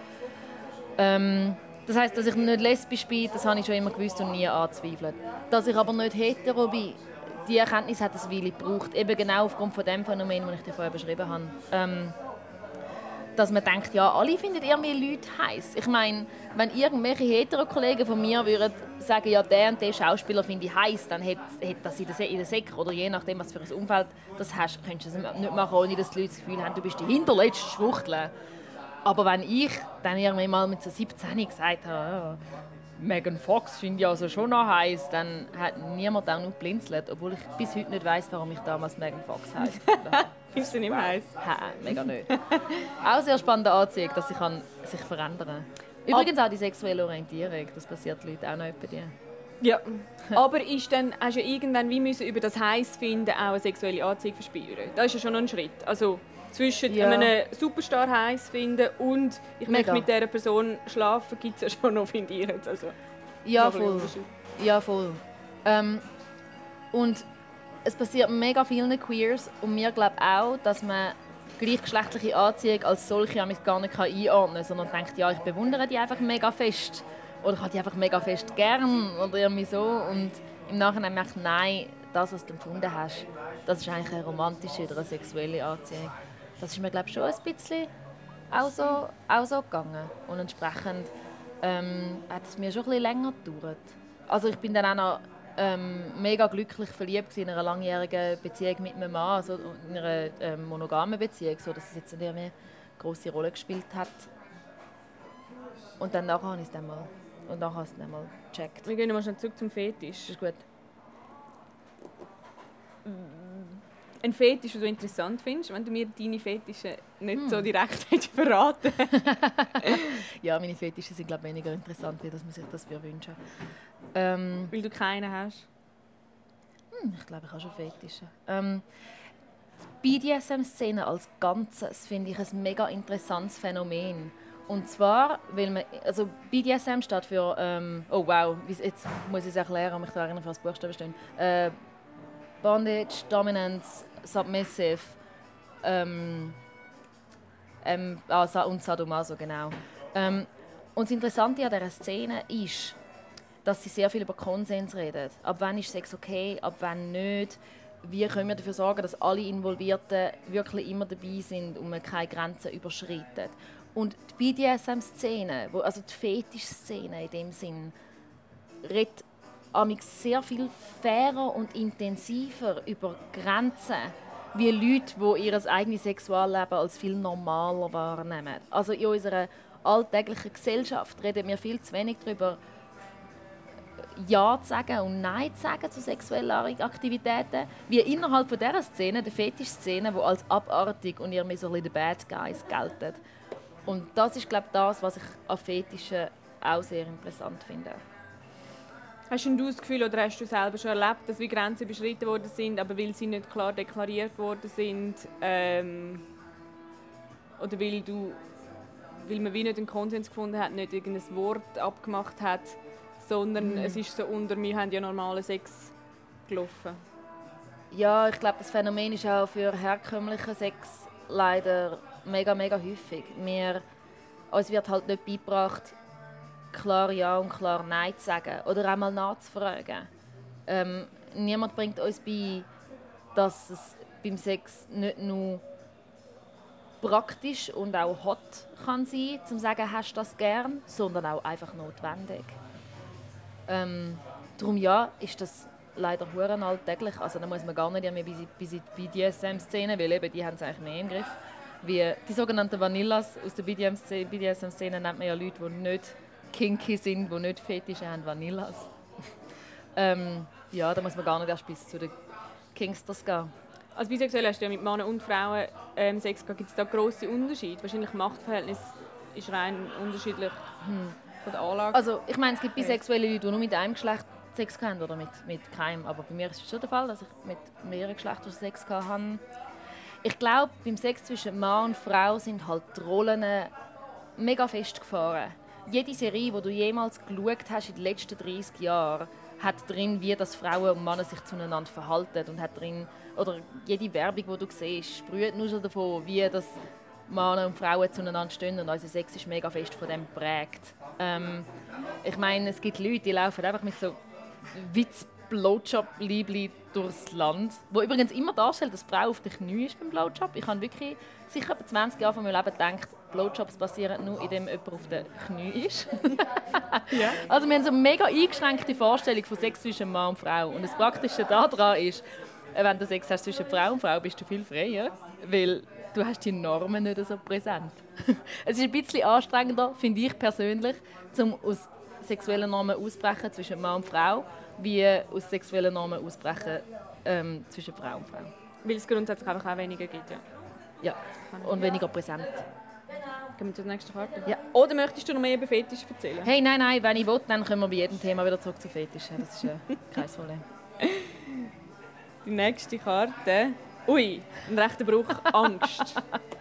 Ähm, das heisst, dass ich nicht lesbisch bin, das habe ich schon immer gewusst und nie angezweifelt. Dass ich aber nicht hetero bin, die Erkenntnis hat es eine Weile gebraucht. Eben genau aufgrund von dem Phänomen, das ich dir vorher beschrieben habe. Ähm, dass man denkt, ja, alle finden irgendwie Leute heiß. Ich meine, wenn irgendwelche Hetero-Kollegen von mir würden sagen, ja, der und der Schauspieler finde ich heiß, dann hätte hätt das in der, Se- in der Sek oder je nachdem, was für ein Umfeld das hast, könntest du das nicht machen, ohne dass die Leute das Gefühl haben, du bist die hinterletzte Schwuchtel. Aber wenn ich dann irgendwie mal mit so siebzehn gesagt habe, ja, Megan Fox finde ich also schon noch heiß, dann hat niemand auch noch blinzelt, obwohl ich bis heute nicht weiss, warum ich damals Megan Fox heiß gefunden habe. Findest du nicht mehr heiß? Ha, mega nicht. Auch sehr spannende Anziehung, dass sich kann sich verändern kann. Übrigens auch die sexuelle Orientierung, das passiert den Leuten auch noch bei dir. Ja, aber ist dann, hast du ja irgendwann wie müssen über das Heißfinden auch eine sexuelle Anziehung verspüren. Das ist ja schon ein Schritt. Also zwischen Ja. einem Superstar heiß finden und ich möchte Mega. mit dieser Person schlafen, gibt es ja schon noch, finde ich jetzt. Also, Ja, noch ein voll. Unterschied. Ja, voll. Ähm, und es passiert mega vielen Queers und mir glaube auch, dass man gleichgeschlechtliche Anziehung als solche gar nicht einordnen kann, sondern denkt, ja, ich bewundere die einfach mega fest oder ich habe die einfach mega fest gern oder irgendwie so. Und im Nachhinein merke ich, nein, das, was du empfunden hast, das ist eigentlich eine romantische oder eine sexuelle Anziehung. Das ist mir, glaube ich, schon ein bisschen auch so, auch so gegangen. Und entsprechend ähm, hat es mir schon ein bisschen länger gedauert. Also ich bin dann auch noch ähm, mega glücklich verliebt in einer langjährigen Beziehung mit meinem Mann, also in einer ähm, monogamen Beziehung, so dass es jetzt nicht mehr eine grosse Rolle gespielt hat. Und dann nachher habe ich es dann mal, und nachher habe ich es dann mal gecheckt. Wir gehen nochmal schnell zurück zum Fetisch. Das ist gut. Ein Fetisch, den du interessant findest, wenn du mir deine Fetische nicht Hm. so direkt hättest verraten. Ja, meine Fetische sind, glaube ich, weniger interessant, wie dass man sich das wünschen. Ähm, Weil du keinen hast. Hm, ich glaube, ich habe schon Fetische. Ähm, die B D S M-Szene als Ganzes finde ich ein mega interessantes Phänomen. Und zwar, weil man, also B D S M steht für, ähm, oh wow, jetzt muss ich es erklären, um mich daran erinnern, was Buchstaben stehen. Äh, Bondage, Dominance, Submissive, ähm, ähm, ah, und Sadomaso, genau. Ähm, und das Interessante an dieser Szene ist, dass sie sehr viel über Konsens redet. Ab wann ist Sex okay, ab wann nicht. Wie können wir dafür sorgen, dass alle Involvierten wirklich immer dabei sind und man keine Grenzen überschreitet. Und die B D S M-Szene, also die Fetisch-Szene in dem Sinn, redet amix sehr viel fairer und intensiver über Grenzen, wie Leute, die ihr eigenes Sexualleben als viel normaler wahrnehmen. Also in unserer alltäglichen Gesellschaft reden wir viel zu wenig darüber, Ja zu sagen und Nein zu sagen zu sexuellen Aktivitäten, wie innerhalb von dieser Szene, der Fetisch-Szene, die als abartig und irgendwie so ein bisschen Bad Guys gelten. Und das ist, glaube ich, das, was ich an Fetischen auch sehr interessant finde. Hast du das Gefühl, oder hast du selber schon erlebt, dass wie Grenzen überschritten worden sind, aber weil sie nicht klar deklariert worden sind, ähm, oder weil, du, weil man wie nicht einen Konsens gefunden hat, nicht irgendein Wort abgemacht hat, sondern mm. es ist so unter «wir haben ja normalen Sex» gelaufen? Ja, ich glaube, das Phänomen ist auch für herkömmlichen Sex leider mega, mega häufig. Wir, uns wird halt nicht beigebracht, klar Ja und klar Nein zu sagen oder auch mal nachzufragen. Ähm, niemand bringt uns bei, dass es beim Sex nicht nur praktisch und auch hot kann sein, um zu sagen, hast du das gern, sondern auch einfach notwendig. Ähm, darum ja, ist das leider verdammt alltäglich. Also da muss man gar nicht mehr bis in die B D S M-Szene, weil eben die haben es eigentlich mehr im Griff. Wie die sogenannten Vanillas aus der B D S M-Szene nennt man ja Leute, die nicht kinky sind, die nicht Fetische haben, Vanillas. ähm, ja, da muss man gar nicht erst bis zu den Kingsters gehen. Als Bisexuell hast du ja mit Männern und Frauen ähm, Sex gehabt. Gibt es da grosse Unterschiede? Wahrscheinlich Machtverhältnis ist rein unterschiedlich hm. von der Anlage. Also ich meine, es gibt bisexuelle Leute, die nur mit einem Geschlecht Sex haben oder mit, mit keinem. Aber bei mir ist es schon der Fall, dass ich mit mehreren Geschlechtern Sex hatte. Ich glaube, beim Sex zwischen Mann und Frau sind halt die Rollen mega festgefahren. Jede Serie, die du jemals geschaut hast in den letzten dreißig Jahren, hat drin, wie das Frauen und Männer sich zueinander verhalten. Und hat drin, oder jede Werbung, die du siehst, sprüht nur schon davon, wie das Männer und Frauen zueinander stehen. Und unser Sex ist mega fest von dem geprägt. Ähm, ich meine, es gibt Leute, die laufen einfach mit so Witz-Blowjob-Liebli durchs Land. Wo übrigens immer darstellt, dass die Frau auf den Knien ist beim Blowjob. Ich habe wirklich sicher etwa zwanzig Jahre von meinem Leben gedacht, Blowjobs passieren nur, indem jemand auf den Knien ist. Ja. Also wir haben so eine mega eingeschränkte Vorstellung von Sex zwischen Mann und Frau. Und das Praktische daran ist, wenn du Sex hast zwischen Frau und Frau, bist du viel freier, weil du hast die Normen nicht so präsent. Es ist ein bisschen anstrengender, finde ich persönlich, um aus sexuellen Normen auszubrechen zwischen Mann und Frau, wie aus sexuellen Normen auszubrechen ähm, zwischen Frau und Frau. Weil es grundsätzlich einfach auch weniger gibt, ja. Ja, und weniger präsent. Gehen wir zur nächsten Karte? Ja. Oder möchtest du noch mehr über Fetische erzählen? Hey, nein, nein, wenn ich will, dann können wir bei jedem Thema wieder zurück zu Fetischen. Das ist äh, kein Problem. Die nächste Karte. Ui, ein rechter Bruch. Angst.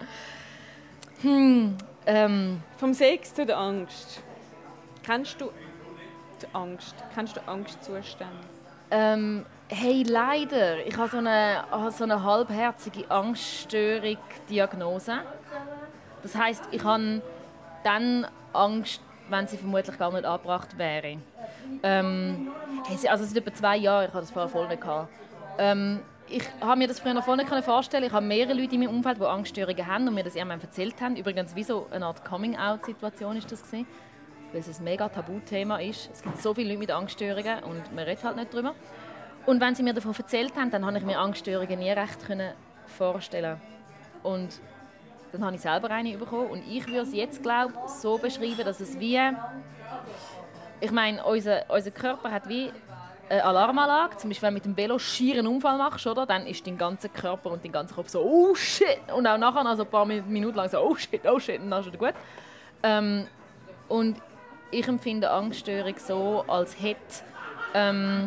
hm, ähm. Vom Sex zu der Angst. Kennst du die Angst? Kennst du Angstzustände? Ähm, hey, leider. Ich habe so eine, so eine halbherzige Angststörung-Diagnose. Das heisst, ich habe dann Angst, wenn sie vermutlich gar nicht angebracht wäre. Ähm, also es sind etwa zwei Jahre, ich hatte das vorher voll nicht gehabt. Ähm, ich habe mir das früher voll nicht vorstellen. Ich habe mehrere Leute in meinem Umfeld, die Angststörungen haben und mir das irgendwann erzählt haben. Übrigens, wie so eine Art Coming-out-Situation ist das gewesen, weil es ein mega Tabuthema ist. Es gibt so viele Leute mit Angststörungen und man redet halt nicht darüber. Und wenn sie mir davon erzählt haben, dann konnte ich mir Angststörungen nie recht vorstellen. Und dann habe ich selber eine bekommen. Und ich würde es jetzt, glaube ich, so beschreiben, dass es wie... Ich meine, unser, unser Körper hat wie eine Alarmanlage. Zum Beispiel, wenn du mit dem Velo schier einen Unfall machst, oder? Dann ist dein ganzer Körper und dein ganzer Kopf so «Oh shit!» Und auch nachher, also ein paar Minuten lang so «Oh shit, oh shit!» Und dann ist es gut. Ähm, und ich empfinde Angststörung so, als hätte ähm,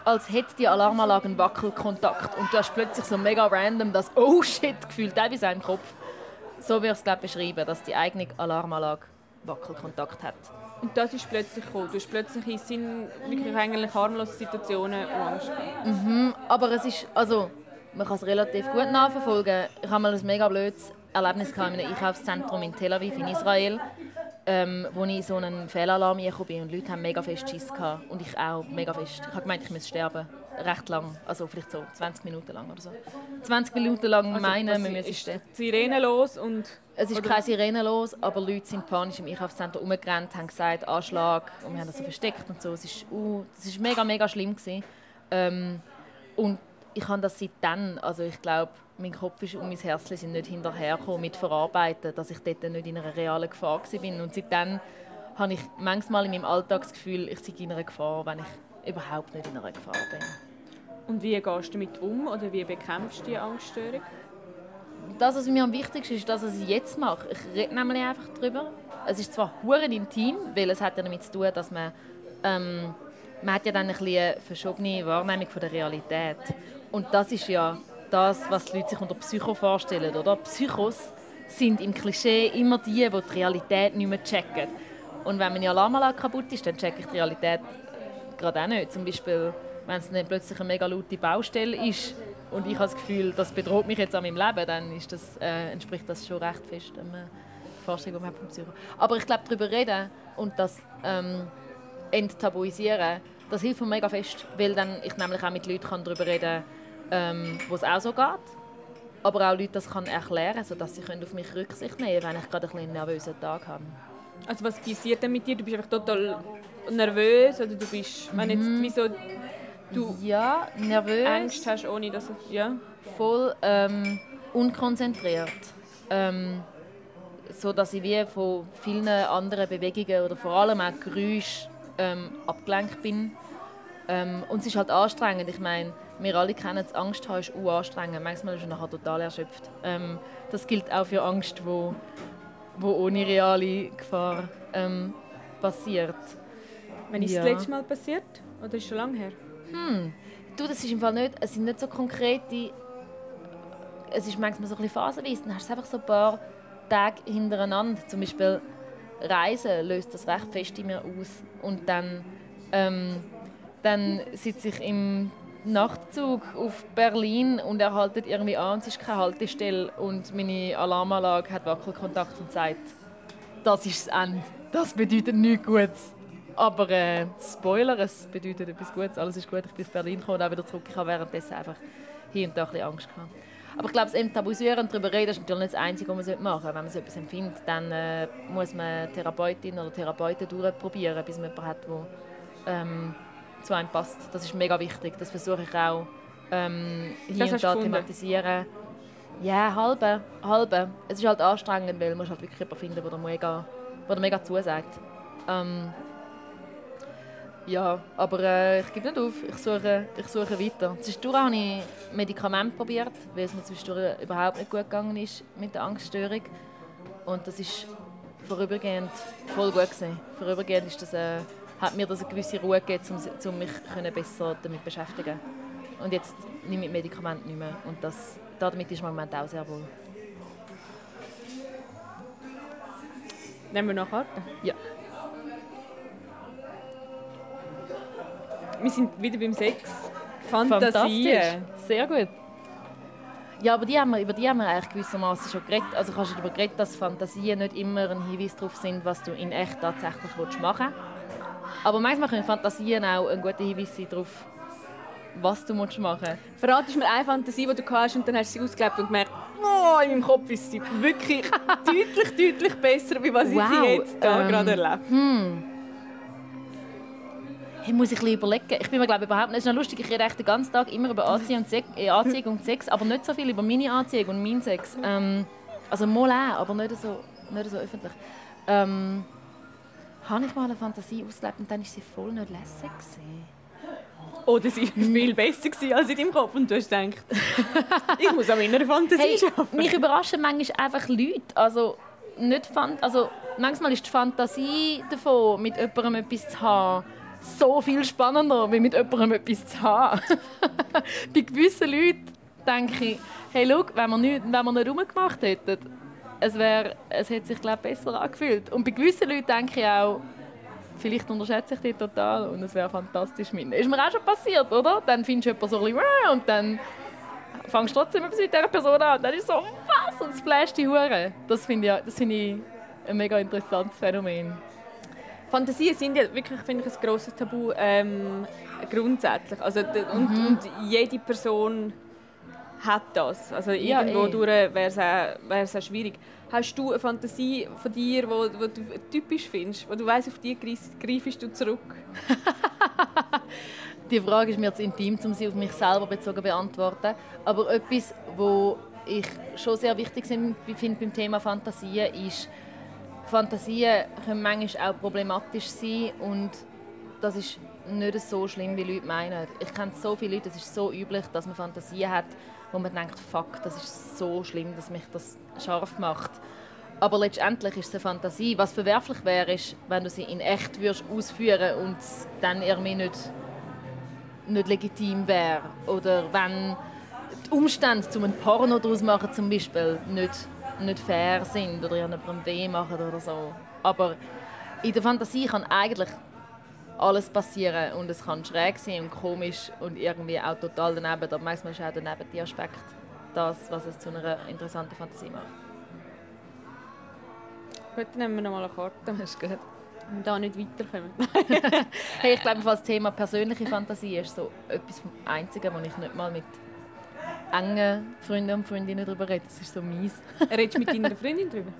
als hätte die Alarmanlage einen Wackelkontakt und du hast plötzlich so mega random das «Oh shit» Gefühl, teilweise auch im Kopf. So würde ich es glaube ich, beschreiben, dass die eigene Alarmanlage Wackelkontakt hat. Und das ist plötzlich gekommen. Du hast plötzlich in Sinn, wirklich eigentlich harmlose Situationen Angst gehabt. Mhm, aber es ist, also, man kann es relativ gut nachverfolgen. Ich habe mal ein mega blödes Erlebnis in einem Einkaufszentrum in Tel Aviv in Israel, ähm, wo ich in so einen Fehlalarm gekommen bin und Leute haben mega fest Schiss gehabt und ich auch mega fest. Ich habe gemeint, ich müsse sterben. Recht lang, also vielleicht so zwanzig Minuten lang oder so. zwanzig Minuten lang also, meinen, wir müssen sterben. Die Sirene los und... Es ist keine Sirene los, aber Leute sind panisch im Einkaufszentrum rumgerannt, haben gesagt, Anschlag, und wir haben das so versteckt und so. Es ist, uh, das war mega, mega schlimm gewesen. Ähm, und ich habe das seitdem, also ich glaube, mein Kopf ist und mein Herz sind nicht hinterhergekommen mit Verarbeiten, dass ich dort nicht in einer realen Gefahr war. Und seitdem habe ich manchmal in meinem Alltag das Gefühl, ich sei in einer Gefahr, wenn ich überhaupt nicht in einer Gefahr bin. Und wie gehst du damit um oder wie bekämpfst du die Angststörung? Das, was mir am wichtigsten ist, das, was ich jetzt mache. Ich rede nämlich einfach darüber. Es ist zwar verdammt intim, weil es hat ja damit zu tun, dass man, ähm, man hat ja dann ein bisschen eine verschobene Wahrnehmung von der Realität. Und das ist ja das, was die Leute sich unter Psycho vorstellen, oder? Psychos sind im Klischee immer die, die die Realität nicht mehr checken. Und wenn meine Alarmanlage kaputt ist, dann checke ich die Realität gerade auch nicht. Zum Beispiel, wenn es nicht plötzlich eine mega laute Baustelle ist und ich habe das Gefühl, das bedroht mich jetzt an meinem Leben, dann ist das, äh, entspricht das schon recht fest einer Vorstellung, die man hat vom Psycho. Aber ich glaube, darüber reden und das ähm, enttabuisieren, das hilft mir mega fest, weil dann ich nämlich auch mit Leuten kann darüber reden kann, ähm, wo es auch so geht. Aber auch Leute das kann erklären, sodass sie auf mich Rücksicht nehmen können, wenn ich gerade einen nervösen Tag habe. Also was passiert denn mit dir? Du bist einfach total nervös oder du bist, wenn jetzt wie so du ja, nervös, Angst hast, ohne dass es, ja, voll ähm, unkonzentriert, ähm, so dass ich wie von vielen anderen Bewegungen oder vor allem auch Geräuschen ähm, abgelenkt bin. Ähm, und es ist halt anstrengend. Ich meine, wir alle kennen es, Angst haben ist anstrengend. Manchmal ist man nachher total erschöpft. Ähm, das gilt auch für Angst, wo, wo ohne reale Gefahr ähm, passiert. Wann ist ja. das letzte Mal passiert? Oder ist es schon lange her? Hm. Du, das ist im Fall nicht, es sind nicht so konkrete. Es ist manchmal so ein bisschen phasenweise. Dann hast du einfach so ein paar Tage hintereinander. Zum Beispiel Reisen löst das recht fest in mir aus. Und dann, ähm, dann sitze ich im Nachtzug auf Berlin und erhalte irgendwie an, es ist keine Haltestelle und meine Alarmanlage hat Wackelkontakt und sagt, das ist das Ende. Das bedeutet nichts Gutes. Aber äh, Spoiler, es bedeutet etwas Gutes. Alles ist gut, ich bin auf Berlin gekommen und auch wieder zurück. Ich habe währenddessen einfach hier und da ein bisschen Angst gehabt. Aber ich glaube, das Enttabuisieren und darüber reden ist natürlich nicht das Einzige, was man machen sollte. Wenn man so etwas empfindet, dann äh, muss man Therapeutin oder Therapeuten durchprobieren, bis man jemanden hat, der ähm, zu einem passt. Das ist mega wichtig. Das versuche ich auch ähm, hier das und da thematisieren. Ja, halbe, halbe. Es ist halt anstrengend, weil man halt wirklich jemanden finden, der dir mega, der dir mega zusagt. Ähm, Ja, aber äh, ich gebe nicht auf, ich suche, ich suche weiter. Zwischendurch habe ich Medikamente probiert, weil es mir zwischendurch überhaupt nicht gut gegangen ist mit der Angststörung. Und das ist vorübergehend voll gut gewesen. Vorübergehend ist das, äh, hat mir das eine gewisse Ruhe gegeben, um, um mich können besser damit beschäftigen. Und jetzt nehme ich Medikamente nicht mehr. Und das, damit ist man im Moment auch sehr wohl. Nehmen wir noch Karten? Ja. Wir sind wieder beim Sex. Fantasien. Sehr gut. Ja, aber die haben wir, über die haben wir eigentlich gewissermaßen schon geredet. Also kannst du darüber reden, dass Fantasien nicht immer ein Hinweis darauf sind, was du in echt tatsächlich machen willst. Aber manchmal können Fantasien auch ein guter Hinweis sein darauf, was du machen willst. Verratest mir eine Fantasie, die du hast und dann hast du sie ausgelebt und gemerkt, oh, in meinem Kopf ist sie wirklich deutlich, deutlich besser, als was wow. ich jetzt hier ähm, gerade erlebe. Hm. Hey, muss ich ein bisschen überlegen. Ich bin mir glaube überhaupt nicht. Es ist noch lustig, ich rede den ganzen Tag immer über Anziehung und, Sex, äh, Anziehung und Sex, aber nicht so viel über meine Anziehung und meinen Sex. Ähm, also mal auch, aber nicht so, nicht so öffentlich. Ähm, habe ich mal eine Fantasie ausgelebt und dann war sie voll nicht lässig gewesen. Oder sie war viel besser als in deinem Kopf und du hast gedacht, ich muss an meiner Fantasie hey, arbeiten. Mich überraschen manchmal einfach Leute. Also, nicht Fan- also, manchmal ist die Fantasie davon, mit jemandem etwas zu haben, so viel spannender, wie mit jemandem etwas zu haben. Bei gewissen Leuten denke ich, hey, schau, wenn wir nicht, wenn wir nicht rumgemacht hätten, es, wär, es hätte sich, glaube ich, besser angefühlt. Und bei gewissen Leuten denke ich auch, vielleicht unterschätze ich dich total und es wäre fantastisch mit ihnen. Ist mir auch schon passiert, oder? Dann findest du jemanden so ein bisschen und dann fängst du trotzdem etwas mit dieser Person an und dann ist so, was? Und es flasht die Hure. Das finde ich, das finde ich ein mega interessantes Phänomen. Fantasien sind ja wirklich, finde ich, ein grosses Tabu ähm, grundsätzlich. Also, und, mhm. und jede Person hat das. Also irgendwo ja, eh. wäre es auch, auch schwierig. Hast du eine Fantasie von dir, die du typisch findest, wo du weißt, auf die greifst du zurück? Die Frage ist mir zu intim, um sie auf mich selber bezogen zu beantworten. Aber etwas, was ich schon sehr wichtig finde beim Thema Fantasien, ist, Fantasien können manchmal auch problematisch sein und das ist nicht so schlimm, wie Leute meinen. Ich kenne so viele Leute, es ist so üblich, dass man Fantasien hat, wo man denkt, fuck, das ist so schlimm, dass mich das scharf macht. Aber letztendlich ist es eine Fantasie. Was verwerflich wäre, ist, wenn du sie in echt würdest ausführen und es dann irgendwie nicht, nicht legitim wäre. Oder wenn die Umstände, um ein Porno daraus machen, zum Beispiel, nicht, nicht fair sind oder jemandem weh machen oder so. Aber in der Fantasie kann eigentlich alles passieren und es kann schräg sein und komisch und irgendwie auch total daneben. Aber manchmal ist auch daneben der Aspekt das, was es zu einer interessanten Fantasie macht. Gut, dann nehmen wir noch mal eine Karte. Das ist gut. Und da nicht weiterkommen. Hey, ich glaube, das Thema persönliche Fantasie ist so etwas vom Einzigen, wo ich nicht mal mit engen Freunden und Freundinnen darüber rede. Das ist so mies. Redest du mit deiner Freundin darüber?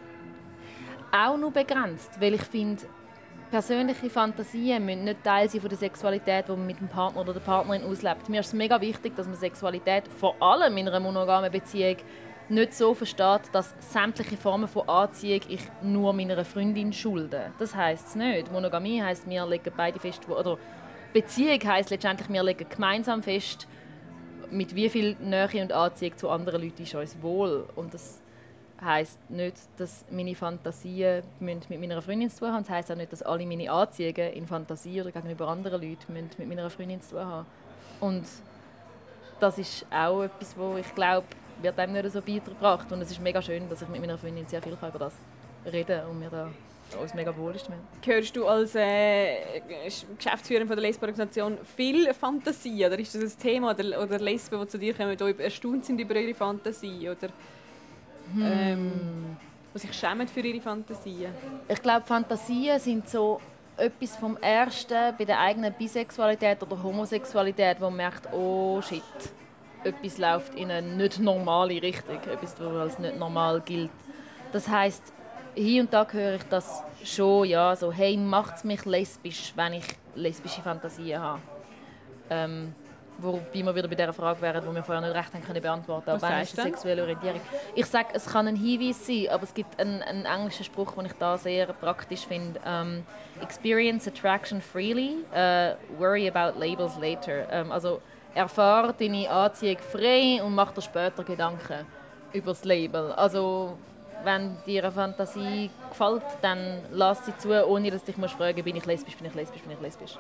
Auch nur begrenzt, weil ich finde, persönliche Fantasien müssen nicht Teil sein von der Sexualität, die man mit dem Partner oder der Partnerin auslebt. Mir ist es mega wichtig, dass man Sexualität, vor allem in einer monogamen Beziehung, nicht so versteht, dass sämtliche Formen von Anziehung ich nur meiner Freundin schulde. Das heisst es nicht. Monogamie heisst, wir legen beide fest, oder Beziehung heisst letztendlich, wir legen gemeinsam fest, mit wie viel Nähe und Anziehung zu anderen Leuten ist uns wohl. Und das heisst nicht, dass meine Fantasien mit meiner Freundin zu tun haben. Das heisst auch nicht, dass alle meine Anziehungen in Fantasie oder gegenüber anderen Leuten mit meiner Freundin zu tun haben. Und das ist auch etwas, wo ich glaube, wird einem nicht so beigebracht. Und es ist mega schön, dass ich mit meiner Freundin sehr viel über das reden kann und mir da uns mega wohl ist. Gehörst du als äh, Geschäftsführerin von der Lesbenorganisation viel Fantasie? Oder ist das ein Thema? Oder, oder Lesben, die zu dir kommen, die erstaunt sind über ihre Fantasie? Oder ähm, die sich schämen für ihre Fantasien? Ich glaube, Fantasien sind so etwas vom Ersten bei der eigenen Bisexualität oder Homosexualität, wo man merkt, oh shit, etwas läuft in eine nicht normale Richtung, etwas, das als nicht normal gilt. Das heisst, hier und da höre ich das schon, ja, so, hey, macht es mich lesbisch, wenn ich lesbische Fantasien habe. Ähm, wobei wir wieder bei dieser Frage wären, die wir vorher nicht recht haben können beantworten. Was aber ist eine sexuelle Orientierung. Ich sage, es kann ein Hinweis sein, aber es gibt einen, einen englischen Spruch, den ich da sehr praktisch finde. Um, Experience attraction freely, uh, worry about labels later. Um, also erfahre deine Anziehung frei und mach dir später Gedanken über das Label. Also, wenn dir eine Fantasie gefällt, dann lass sie zu, ohne dass du dich musst fragen, bin ich lesbisch, bin ich lesbisch, bin ich lesbisch.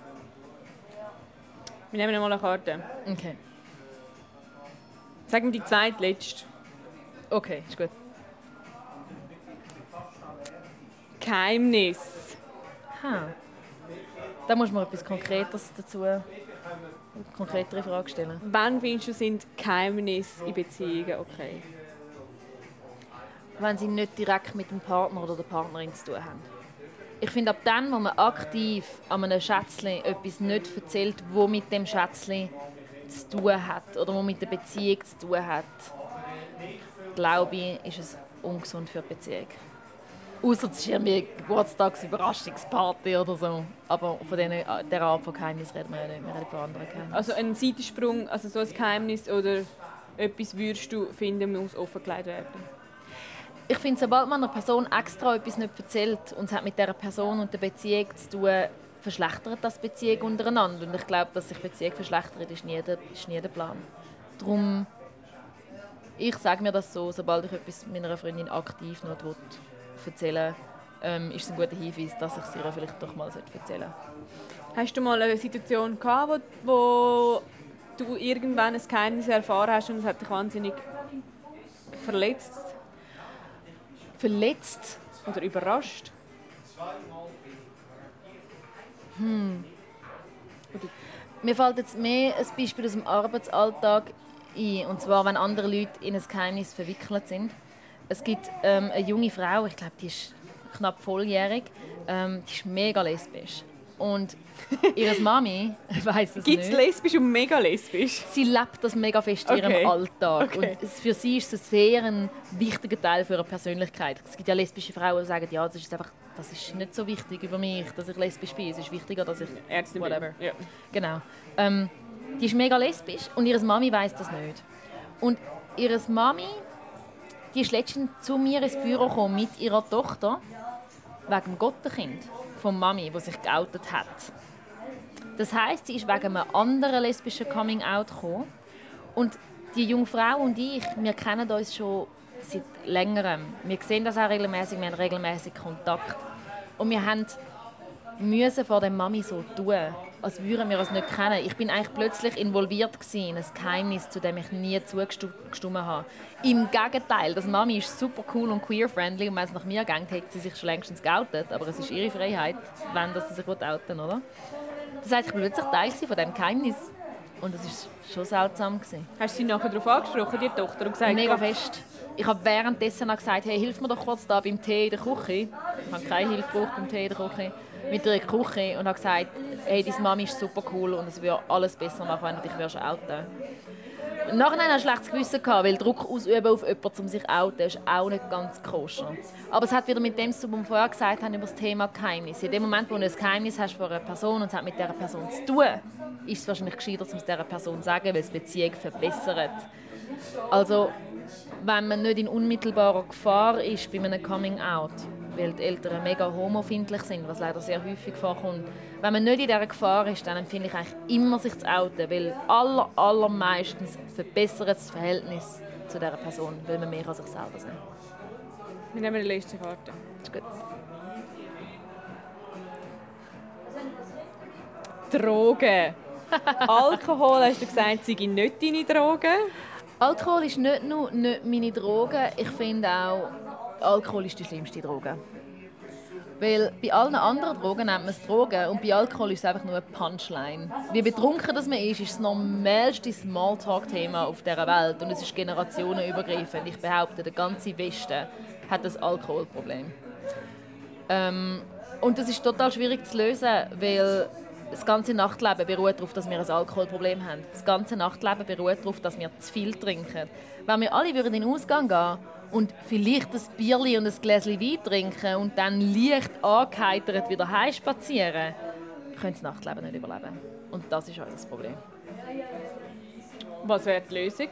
Wir nehmen noch mal eine Karte. Okay. Sag mir die zweitletzte. Okay, ist gut. Geheimnis. Ha. Da muss man etwas Konkretes dazu, eine konkretere Frage stellen. Wann findest du, sind Geheimnisse in Beziehungen okay? Wenn sie nicht direkt mit dem Partner oder der Partnerin zu tun haben. Ich finde, ab dann, wo man aktiv an einem Schätzchen etwas nicht erzählt, das mit dem Schätzchen zu tun hat oder was mit der Beziehung zu tun hat, glaube ich, ist es ungesund für die Beziehung. Ausser es ist irgendwie eine Geburtstagsüberraschungsparty oder so. Aber von dieser Art von Geheimnis reden wir ja nicht, wir reden von anderen Geheimnissen. Also ein Seitensprung, also so ein Geheimnis oder etwas würdest du finden, muss offengelegt werden? Ich finde, sobald man einer Person extra etwas nicht erzählt und es hat mit dieser Person und der Beziehung zu tun, verschlechtert das die Beziehung untereinander. Und ich glaube, dass sich die Beziehung verschlechtert, ist nie der, ist nie der Plan. Darum, ich sage mir das so, sobald ich etwas meiner Freundin aktiv noch erzählen will, ähm, ist es ein guter Hinweis, dass ich es ihr vielleicht doch mal erzählen sollte. Hast du mal eine Situation gehabt, wo, wo du irgendwann ein Geheimnis erfahren hast und es hat dich wahnsinnig verletzt? Verletzt? Oder überrascht? Hm. Mir fällt jetzt mehr ein Beispiel aus dem Arbeitsalltag ein, und zwar, wenn andere Leute in ein Geheimnis verwickelt sind. Es gibt ähm, eine junge Frau, ich glaube, die ist knapp volljährig, ähm, die ist mega lesbisch. Und ihre Mami weiss es Gibt's nicht. Gibt es lesbisch und mega lesbisch? Sie lebt das mega fest in Okay. ihrem Alltag. Okay. Und für sie ist es ein sehr ein wichtiger Teil für ihre Persönlichkeit. Es gibt ja lesbische Frauen, die sagen, ja, das ist einfach, das ist nicht so wichtig über mich, dass ich lesbisch bin. Es ist wichtiger, dass ich Ärztin bin. whatever. Ja. Genau. Ähm, die ist mega lesbisch und ihre Mami weiss das nicht. Und ihre Mami, die ist letztens zu mir ins Büro gekommen mit ihrer Tochter wegen dem Gottenkind von Mami, die sich geoutet hat. Das heisst, sie ist wegen einem anderen lesbischen Coming-out gekommen. Und die junge Frau und ich, wir kennen uns schon seit längerem. Wir sehen das auch regelmäßig, wir haben regelmäßig Kontakt. Und wir haben müssen vor der Mami so tun, als würden wir uns nicht kennen. Ich bin eigentlich plötzlich involviert in ein Geheimnis, zu dem ich nie zugestimmt habe. Im Gegenteil, das Mami ist super cool und queer-friendly und wenn es nach mir ging, hätte sie sich schon längstens geoutet. Aber es ist ihre Freiheit, wenn sie sich outen will, oder? Das heisst, ich war plötzlich Teil von diesem Geheimnis. Und das war schon seltsam. Hast du sie nachher darauf angesprochen, die Tochter, und gesagt? Mega fest. Ich habe währenddessen noch gesagt, hey, hilf mir doch kurz da beim Tee in der Küche. Ich habe keine Hilfe gebraucht beim Tee in der Küche. Mit der Küche und habe gesagt, hey, deine Mami ist super cool und es würde alles besser machen, wenn du dich outen würdest. Nachher hatte ich ein schlechtes Gewissen, weil Druck ausüben auf jemanden, um sich zu outen, ist auch nicht ganz koscher. Aber es hat wieder mit dem zu tun, was wir vorher gesagt haben, über das Thema Geheimnis. In dem Moment, wo du ein Geheimnis hast von einer Person und es hat mit dieser Person zu tun, ist es wahrscheinlich gescheiter, um es dieser Person zu sagen, weil es die Beziehung verbessert. Also, wenn man nicht in unmittelbarer Gefahr ist bei einem Coming-out, weil die Eltern mega homofindlich sind, was leider sehr häufig vorkommt. Wenn man nicht in dieser Gefahr ist, dann empfehle ich eigentlich immer, sich zu outen, weil aller, allermeistens verbessert das Verhältnis zu dieser Person, weil man mehr an sich selber sind. Wir nehmen die letzte Karte. Das ist gut. Drogen. Alkohol, hast du gesagt, sei nicht deine Drogen? Alkohol ist nicht nur nicht meine Droge, ich finde auch, Alkohol ist die schlimmste Droge. Weil bei allen anderen Drogen nennt man es Drogen und bei Alkohol ist es einfach nur eine Punchline. Wie betrunken das man ist, ist das normalste Smalltalk-Thema auf dieser Welt und es ist generationenübergreifend. Ich behaupte, der ganze Westen hat das Alkoholproblem. Ähm, und das ist total schwierig zu lösen, weil das ganze Nachtleben beruht darauf, dass wir ein Alkoholproblem haben. Das ganze Nachtleben beruht darauf, dass wir zu viel trinken. Wenn wir alle in den Ausgang gehen und vielleicht ein Bierli und ein Gläschen Wein trinken und dann leicht angeheitert wieder heim spazieren, können das Nachtleben nicht überleben. Und das ist unser Problem. Was wäre die Lösung?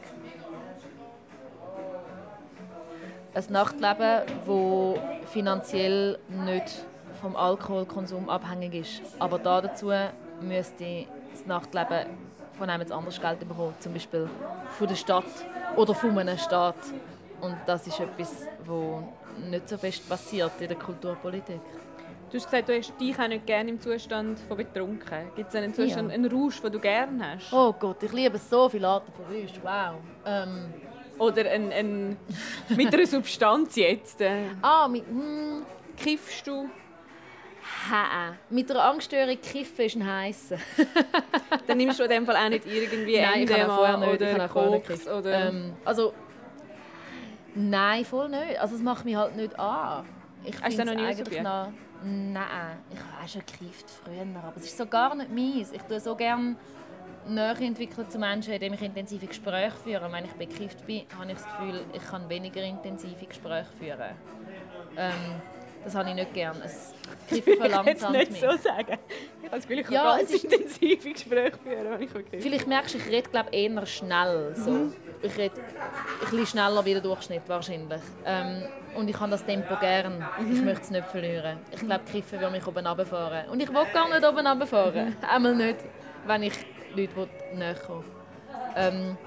Ein Nachtleben, das finanziell nicht vom Alkoholkonsum abhängig ist. Aber dazu müsste das Nachtleben von einem anders Geld bekommen, zum Beispiel von der Stadt oder von einem Staat. Und das ist etwas, was nicht so fest passiert in der Kulturpolitik. Du hast gesagt, du hast dich auch nicht gerne im Zustand von betrunken. Gibt es einen Zustand, Ja. einen Rausch, den du gerne hast? Oh Gott, ich liebe so viele Arten von Rausch. Wow. Ähm, Oder ein, ein, mit einer Substanz jetzt? Äh, ah, mit... Hm, kiffst du? ha, mit einer Angststörung kiffen ist ein Heissen. Dann nimmst du in dem Fall auch nicht irgendwie Nein, ich habe auch vorher nicht, ich oder habe auch vorher nicht Koks gekifft. oder... Ähm, also, nein, voll nicht. Also, es macht mich halt nicht an. Ich Hast du das noch nie eigentlich ausprobiert? noch, nein, ich habe auch schon gekifft früher, aber es ist so gar nicht meins. Ich tue so gerne Nähe entwickeln zu Menschen, indem ich intensive Gespräche führe. Wenn ich bekifft bin, habe ich das Gefühl, ich kann weniger intensive Gespräche führen. Ähm, das habe ich nicht gerne. Es Kiffen Ich kann es verlangsamt nicht mich. so sagen. Ich habe das Gefühl, ich kann Ja, ganz es ist- intensive Gespräche führen, wenn ich okay. Vielleicht merkst du, ich rede glaub, eher schnell. So. Mhm. Ich rede ein bisschen schneller wie der Durchschnitt wahrscheinlich. Ähm, und ich habe das Tempo gern. Mhm. Ich möchte es nicht verlieren. Ich glaube, Kiffen würde mich oben runterfahren. Und ich will gar nicht oben runterfahren. Mhm. Einmal nicht, wenn ich Leute näher komme. Ähm,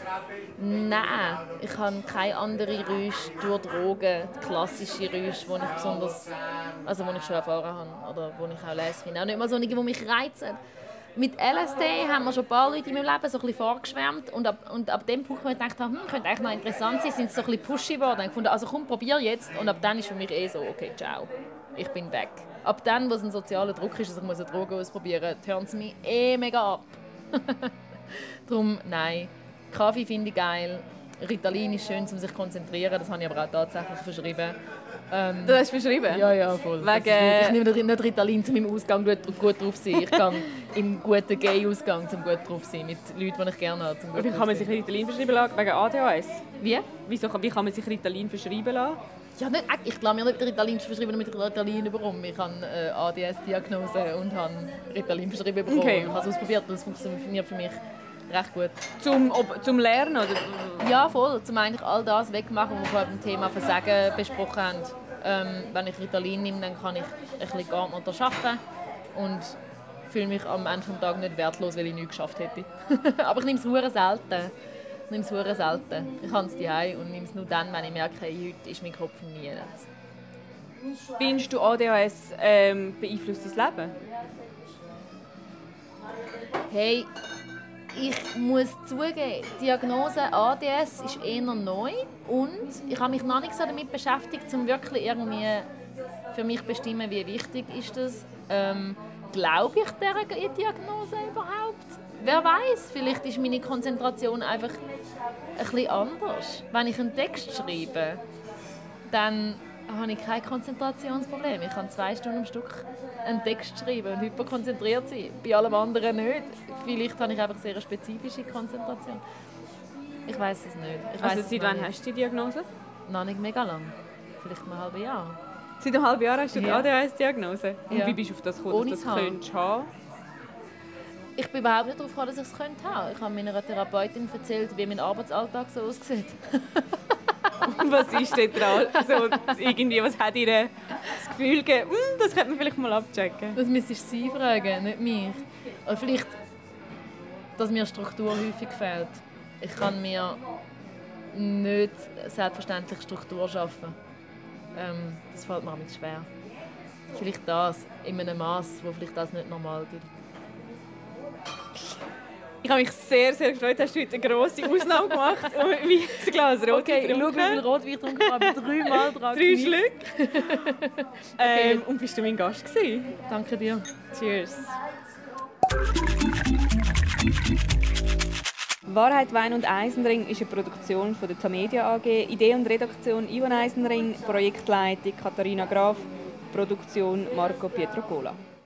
Nein, ich habe keine andere Rausch durch Drogen, die klassische Rausch, die ich besonders, also die ich schon erfahren habe oder die ich auch lese finde. Auch nicht mal so eine, die mich reizen. Mit L S D haben mir schon ein paar Leute in meinem Leben so ein bisschen vorgeschwärmt und ab, und ab dem Punkt, wo ich gedacht habe, hm, könnte eigentlich noch interessant sein, sind sie so ein bisschen pushy geworden. Ich fand, also komm, probier jetzt. Und ab dann ist für mich eh so, okay, ciao, ich bin weg. Ab dann, wo es ein sozialer Druck ist, dass ich eine Droge ausprobieren muss, turnt es mich eh mega ab. Darum, nein. Kaffee finde ich geil. Ritalin ist schön, um sich zu konzentrieren. Das habe ich aber auch tatsächlich verschrieben. Ähm, du hast verschrieben? Ja, ja, voll. Wegen... Ich nehme nicht Ritalin, um im Ausgang gut, gut drauf zu sein. Ich kann im guten Gay-Ausgang zum gut drauf sein. Mit Leuten, die ich gerne habe. Zum gut wie kann man sich Ritalin verschreiben lassen? Wegen A D H S? Wie? Wieso, wie kann man sich Ritalin verschreiben lassen? Ja, nicht, ich lasse mir nicht Ritalin verschrieben, damit ich Ritalin bekomme. Ich habe eine A D S-Diagnose und habe Ritalin verschrieben bekommen. Okay. Ich habe es ausprobiert und es funktioniert für mich recht gut. Zum, ob, zum Lernen? Oder? Ja, voll. Zum eigentlich all das wegmachen, was wir beim Thema Versagen besprochen haben. Ähm, wenn ich Ritalin nehme, dann kann ich ein bisschen geordneter arbeiten und fühle mich am Ende des Tages nicht wertlos, weil ich nichts geschafft hätte. Aber ich nehme es sehr selten. Ich nehme es sehr selten. Ich habe es daheim und nehme es nur dann, wenn ich merke, hey, heute ist mein Kopf nie. Findest du A D H S ähm, beeinflusst dein Leben? Hey, ich muss zugeben, die Diagnose A D S ist eher neu und ich habe mich noch nicht so damit beschäftigt, um wirklich irgendwie für mich zu bestimmen, wie wichtig ist das. Ähm, glaube ich dieser Diagnose überhaupt? Wer weiß? Vielleicht ist meine Konzentration einfach ein bisschen anders. Wenn ich einen Text schreibe, dann habe ich kein Konzentrationsproblem. Ich kann zwei Stunden am Stück einen Text schreiben und hyperkonzentriert sein. Bei allem anderen nicht. Vielleicht habe ich einfach sehr eine spezifische Konzentration. Ich weiß es nicht. Ich also weiss seit wann hast du die Diagnose? Noch nicht mega lang. Vielleicht ein halbes Jahr. Seit einem halben Jahr hast du die Ja. A D H S-Diagnose? Und Ja. wie bist du auf das gekommen, Ohne dass du zu das haben. könntest haben? Ich bin überhaupt nicht darauf gekommen, dass ich es haben könnte. Ich habe meiner Therapeutin erzählt, wie mein Arbeitsalltag so aussieht. Und was ist denn dran? So, irgendwie, was hat ihr das Gefühl gegeben, hm, das könnte man vielleicht mal abchecken? Das müsstest sie fragen, nicht mich. Oder vielleicht, dass mir Struktur häufig fehlt. Ich kann mir nicht selbstverständlich Struktur schaffen. Ähm, das fällt mir manchmal schwer. Vielleicht das, in einem Maß, wo vielleicht das nicht normal gilt. Ich habe mich sehr, sehr gefreut, hast du heute eine grosse Ausnahme gemacht und wie ein Glas Rotwein Okay, ich schaue, wie viel getrunken. Rotwein ich getrunken habe. Dreimal dran Drei genießt. Schlücke. ähm, und bist du mein Gast gewesen? Danke dir. Cheers. Wahrheit, Wein und Eisenring ist eine Produktion von der Tamedia A G. Idee und Redaktion Ivan Eisenring, Projektleitung Katharina Graf, Produktion Marco Pietrocola.